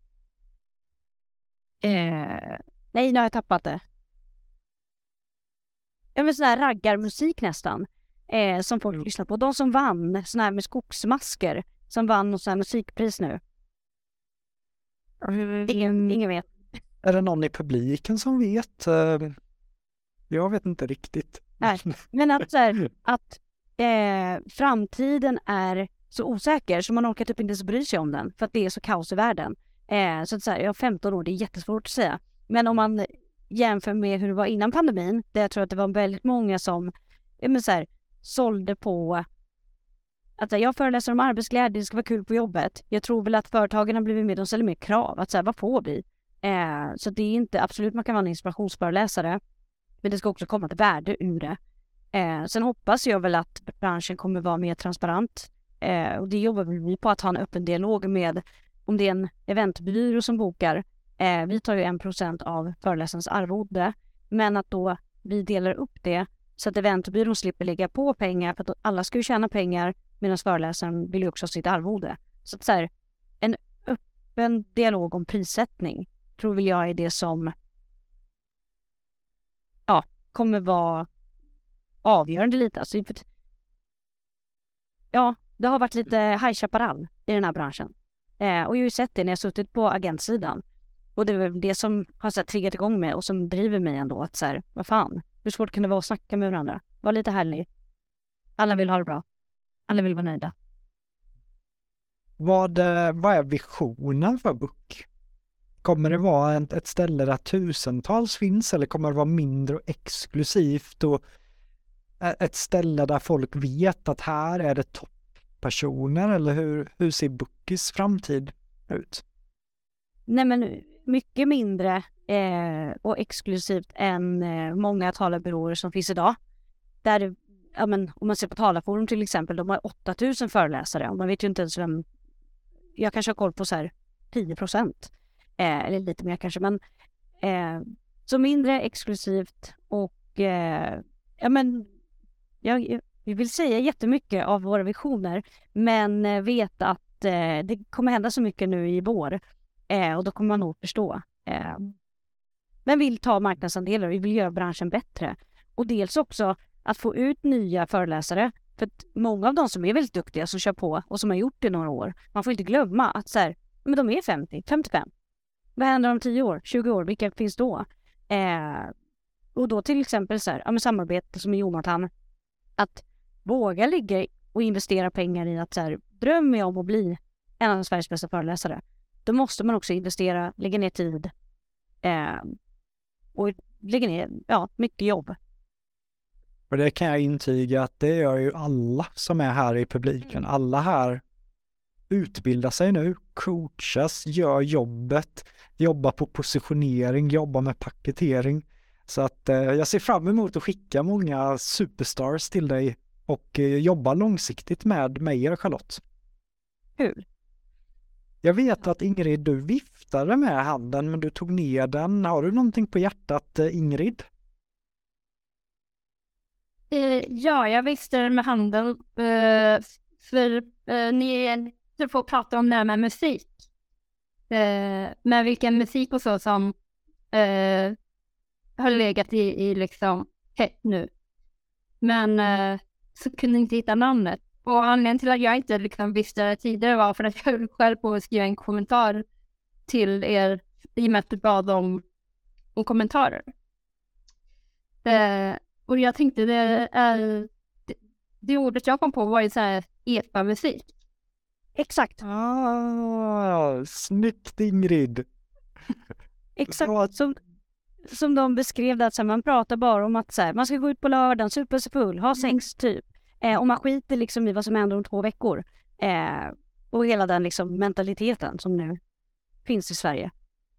nej, nu har jag tappat det. Ja, men sån här raggarmusik nästan, som folk lyssnar på. De som vann, sån här med skogsmasker, som vann något sån här musikpris nu. Ingen vet. Är det någon i publiken som vet? Jag vet inte riktigt. Nej, men att, så här, att framtiden är så osäker så man orkar typ inte så bry sig om den för att det är så kaos i världen. Så att så här, jag har 15 år, det är jättesvårt att säga. Men om man jämför med hur det var innan pandemin, där jag tror att det var väldigt många som så här, sålde på att jag föreläser om arbetsglädje, det ska vara kul på jobbet. Jag tror väl att företagen har blivit med, de ställer mer krav. Att så här, vad får vi? Så det är inte, absolut man kan vara en inspirationsföreläsare. Men det ska också komma ett värde ur det. Sen hoppas jag väl att branschen kommer vara mer transparent. Och det jobbar vi på, att ha en öppen dialog med, om det är en eventbyrå som bokar. Vi tar ju 1% av föreläsarens arvode. Men att då vi delar upp det så att eventbyrån slipper lägga på pengar, för att alla ska ju tjäna pengar medan föreläsaren vill ju också ha sitt arvode. Så att så här, en öppen dialog om prissättning tror väl jag är det som kommer vara avgörande lite. Alltså, det har varit lite High Chaparral i den här branschen. Och jag har ju sett det när jag suttit på agentsidan. Och det är väl det som har så här, triggat igång mig och som driver mig ändå. Att så här, vad fan, hur svårt kan det vara att snacka med varandra? Var lite härlig. Alla vill ha det bra. Alla vill vara nöjda. Vad är visionen för Book? Kommer det vara ett ställe där tusentals finns, eller kommer det vara mindre och exklusivt och ett ställe där folk vet att här är det topppersoner, eller hur ser Bookis framtid ut? Nej, men mycket mindre och exklusivt än många talarbyråer som finns idag. Där, ja, men, om man ser på Talarforum till exempel, de har 8000 föreläsare och man vet ju inte ens vem. Jag kanske har koll på så här 10%. Eller lite mer kanske, men så mindre exklusivt och vi vill säga jättemycket av våra visioner, men vet att det kommer hända så mycket nu i vår och då kommer man nog förstå. men vill ta marknadsandelar och vi vill göra branschen bättre. Och dels också att få ut nya föreläsare. För att många av de som är väldigt duktiga som kör på och som har gjort det några år, man får inte glömma att så här, men de är 50, 55. Vad händer om 10 år, 20 år? Vilka finns då? Och då till exempel så här, ja, med samarbete som med Jonathan, att våga ligga och investera pengar i att så här, drömmer jag om att bli en av Sveriges bästa föreläsare, då måste man också investera, lägga ner tid och lägga ner mycket jobb. Och det kan jag intyga att det gör ju alla som är här i publiken. Alla här utbildar sig nu, coachas, gör jobbet, jobbar på positionering, jobbar med paketering. Så att jag ser fram emot att skicka många superstars till dig och jobba långsiktigt med er, Charlotte. Kul. Jag vet att Ingrid, du viftade med handen men du tog ner den. Har du någonting på hjärtat, Ingrid? Ja, jag viftade med handen för ni får prata om det här med musik. Med vilken musik och så som har legat i liksom hett nu. Men så kunde inte hitta namnet. Och anledningen till att jag inte liksom visste det tidigare var för att jag höll själv på att skriva en kommentar till er i och med att du bad om kommentarer. Och jag tänkte det ordet jag kom på var ju så här epa-musik. Exakt. Snyggt, Ingrid. Exakt. Som de beskrev det, att så här, man pratar bara om att så här, man ska gå ut på lördagen, supa sig full, ha sex typ. Och man skiter liksom i vad som händer om 2 veckor. Och hela den liksom mentaliteten som nu finns i Sverige.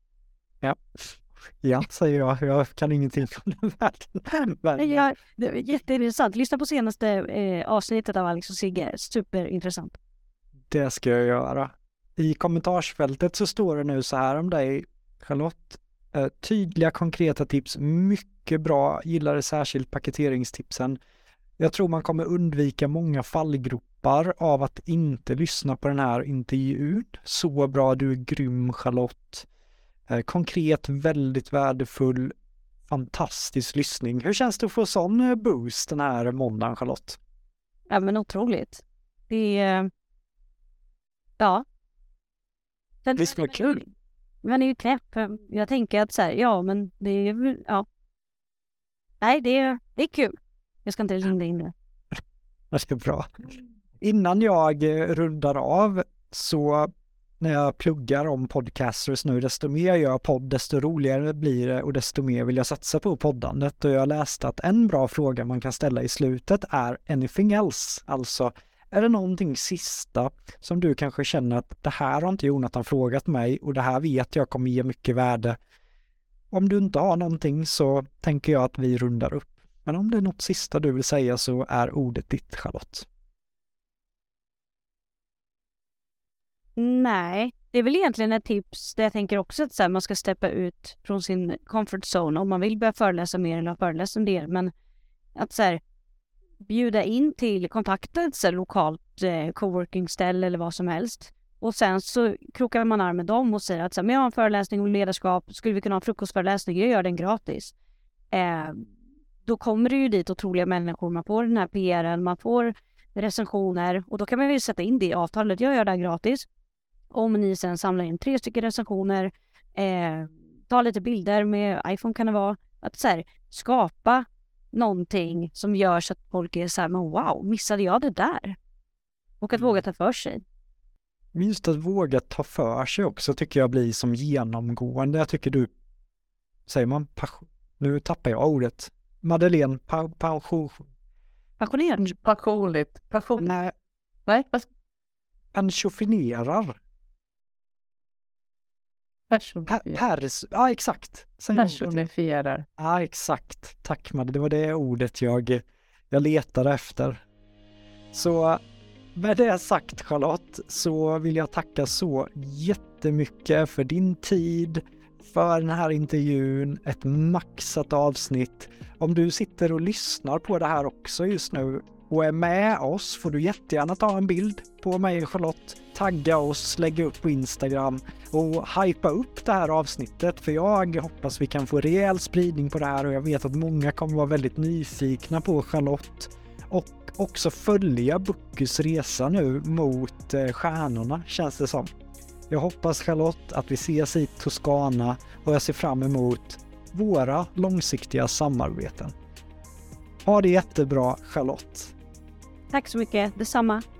Ja, säger jag. Jag kan ingenting om den världen. Ja, det är jätteintressant. Lyssna på senaste avsnittet av Alex och Sigge. Superintressant. Det ska jag göra. I kommentarsfältet så står det nu så här om dig, Charlotte. Tydliga, konkreta tips. Mycket bra. Gillar särskilt paketeringstipsen. Jag tror man kommer undvika många fallgropar av att inte lyssna på den här intervjun. Så bra, du är grym, Charlotte. Konkret, väldigt värdefull, fantastisk lyssning. Hur känns det att få sån boost den här måndagen, Charlotte? Ja, men otroligt. Det är... Ja. Visst var det kul? Men det är ju knäpp. Jag tänker att så här, ja, men det är... Ja. Nej, det är kul. Jag ska inte linda in det. Det är bra. Innan jag rundar av så när jag pluggar om podcasters nu, desto mer jag gör podd, desto roligare blir det och desto mer vill jag satsa på poddandet. Och jag läste att en bra fråga man kan ställa i slutet är anything else. Alltså, är det någonting sista som du kanske känner att det här har inte Jonathan frågat mig och det här vet jag kommer ge mycket värde. Om du inte har någonting så tänker jag att vi rundar upp. Men om det är något sista du vill säga så är ordet ditt, Charlotte. Nej, det är väl egentligen ett tips där jag tänker också att så här, man ska steppa ut från sin comfort zone om man vill börja föreläsa mer eller föreläsa en del. Men att så här, bjuda in till kontakta ett lokalt coworking-ställe eller vad som helst. Och sen så krokar man arm med dem och säger att så här, men jag har en föreläsning om ledarskap, skulle vi kunna ha en frukostföreläsning, jag gör den gratis. Då kommer det ju dit otroliga människor, man får den här PR:en, man får recensioner och då kan man ju sätta in det i avtalet, jag gör det här gratis. Om ni sen samlar in 3 stycken recensioner, ta lite bilder med iPhone kan det vara, att så här, skapa någonting som gör så att folk är så här, men wow, missade jag det där? Och att våga ta för sig. Just att våga ta för sig också tycker jag blir som genomgående. Jag tycker du, säger man, nu tappar jag ordet. Madeleine, Passionerad. Passion. Nej. Pensionerar. Ja, exakt. Personifierar. Ja, exakt. Tack, Madde. Det var det ordet jag letade efter. Så med det sagt, Charlotte, så vill jag tacka så jättemycket för din tid, för den här intervjun, ett maxat avsnitt. Om du sitter och lyssnar på det här också just nu, och är med oss får du jättegärna ta en bild på mig och Charlotte, tagga oss, lägga upp på Instagram och hypa upp det här avsnittet, för jag hoppas vi kan få rejäl spridning på det här och jag vet att många kommer vara väldigt nyfikna på Charlotte och också följa Bookys resa nu mot stjärnorna, känns det som. Jag hoppas Charlotte att vi ses i Toscana och jag ser fram emot våra långsiktiga samarbeten. Ha det jättebra, Charlotte. Tack så mycket, detsamma.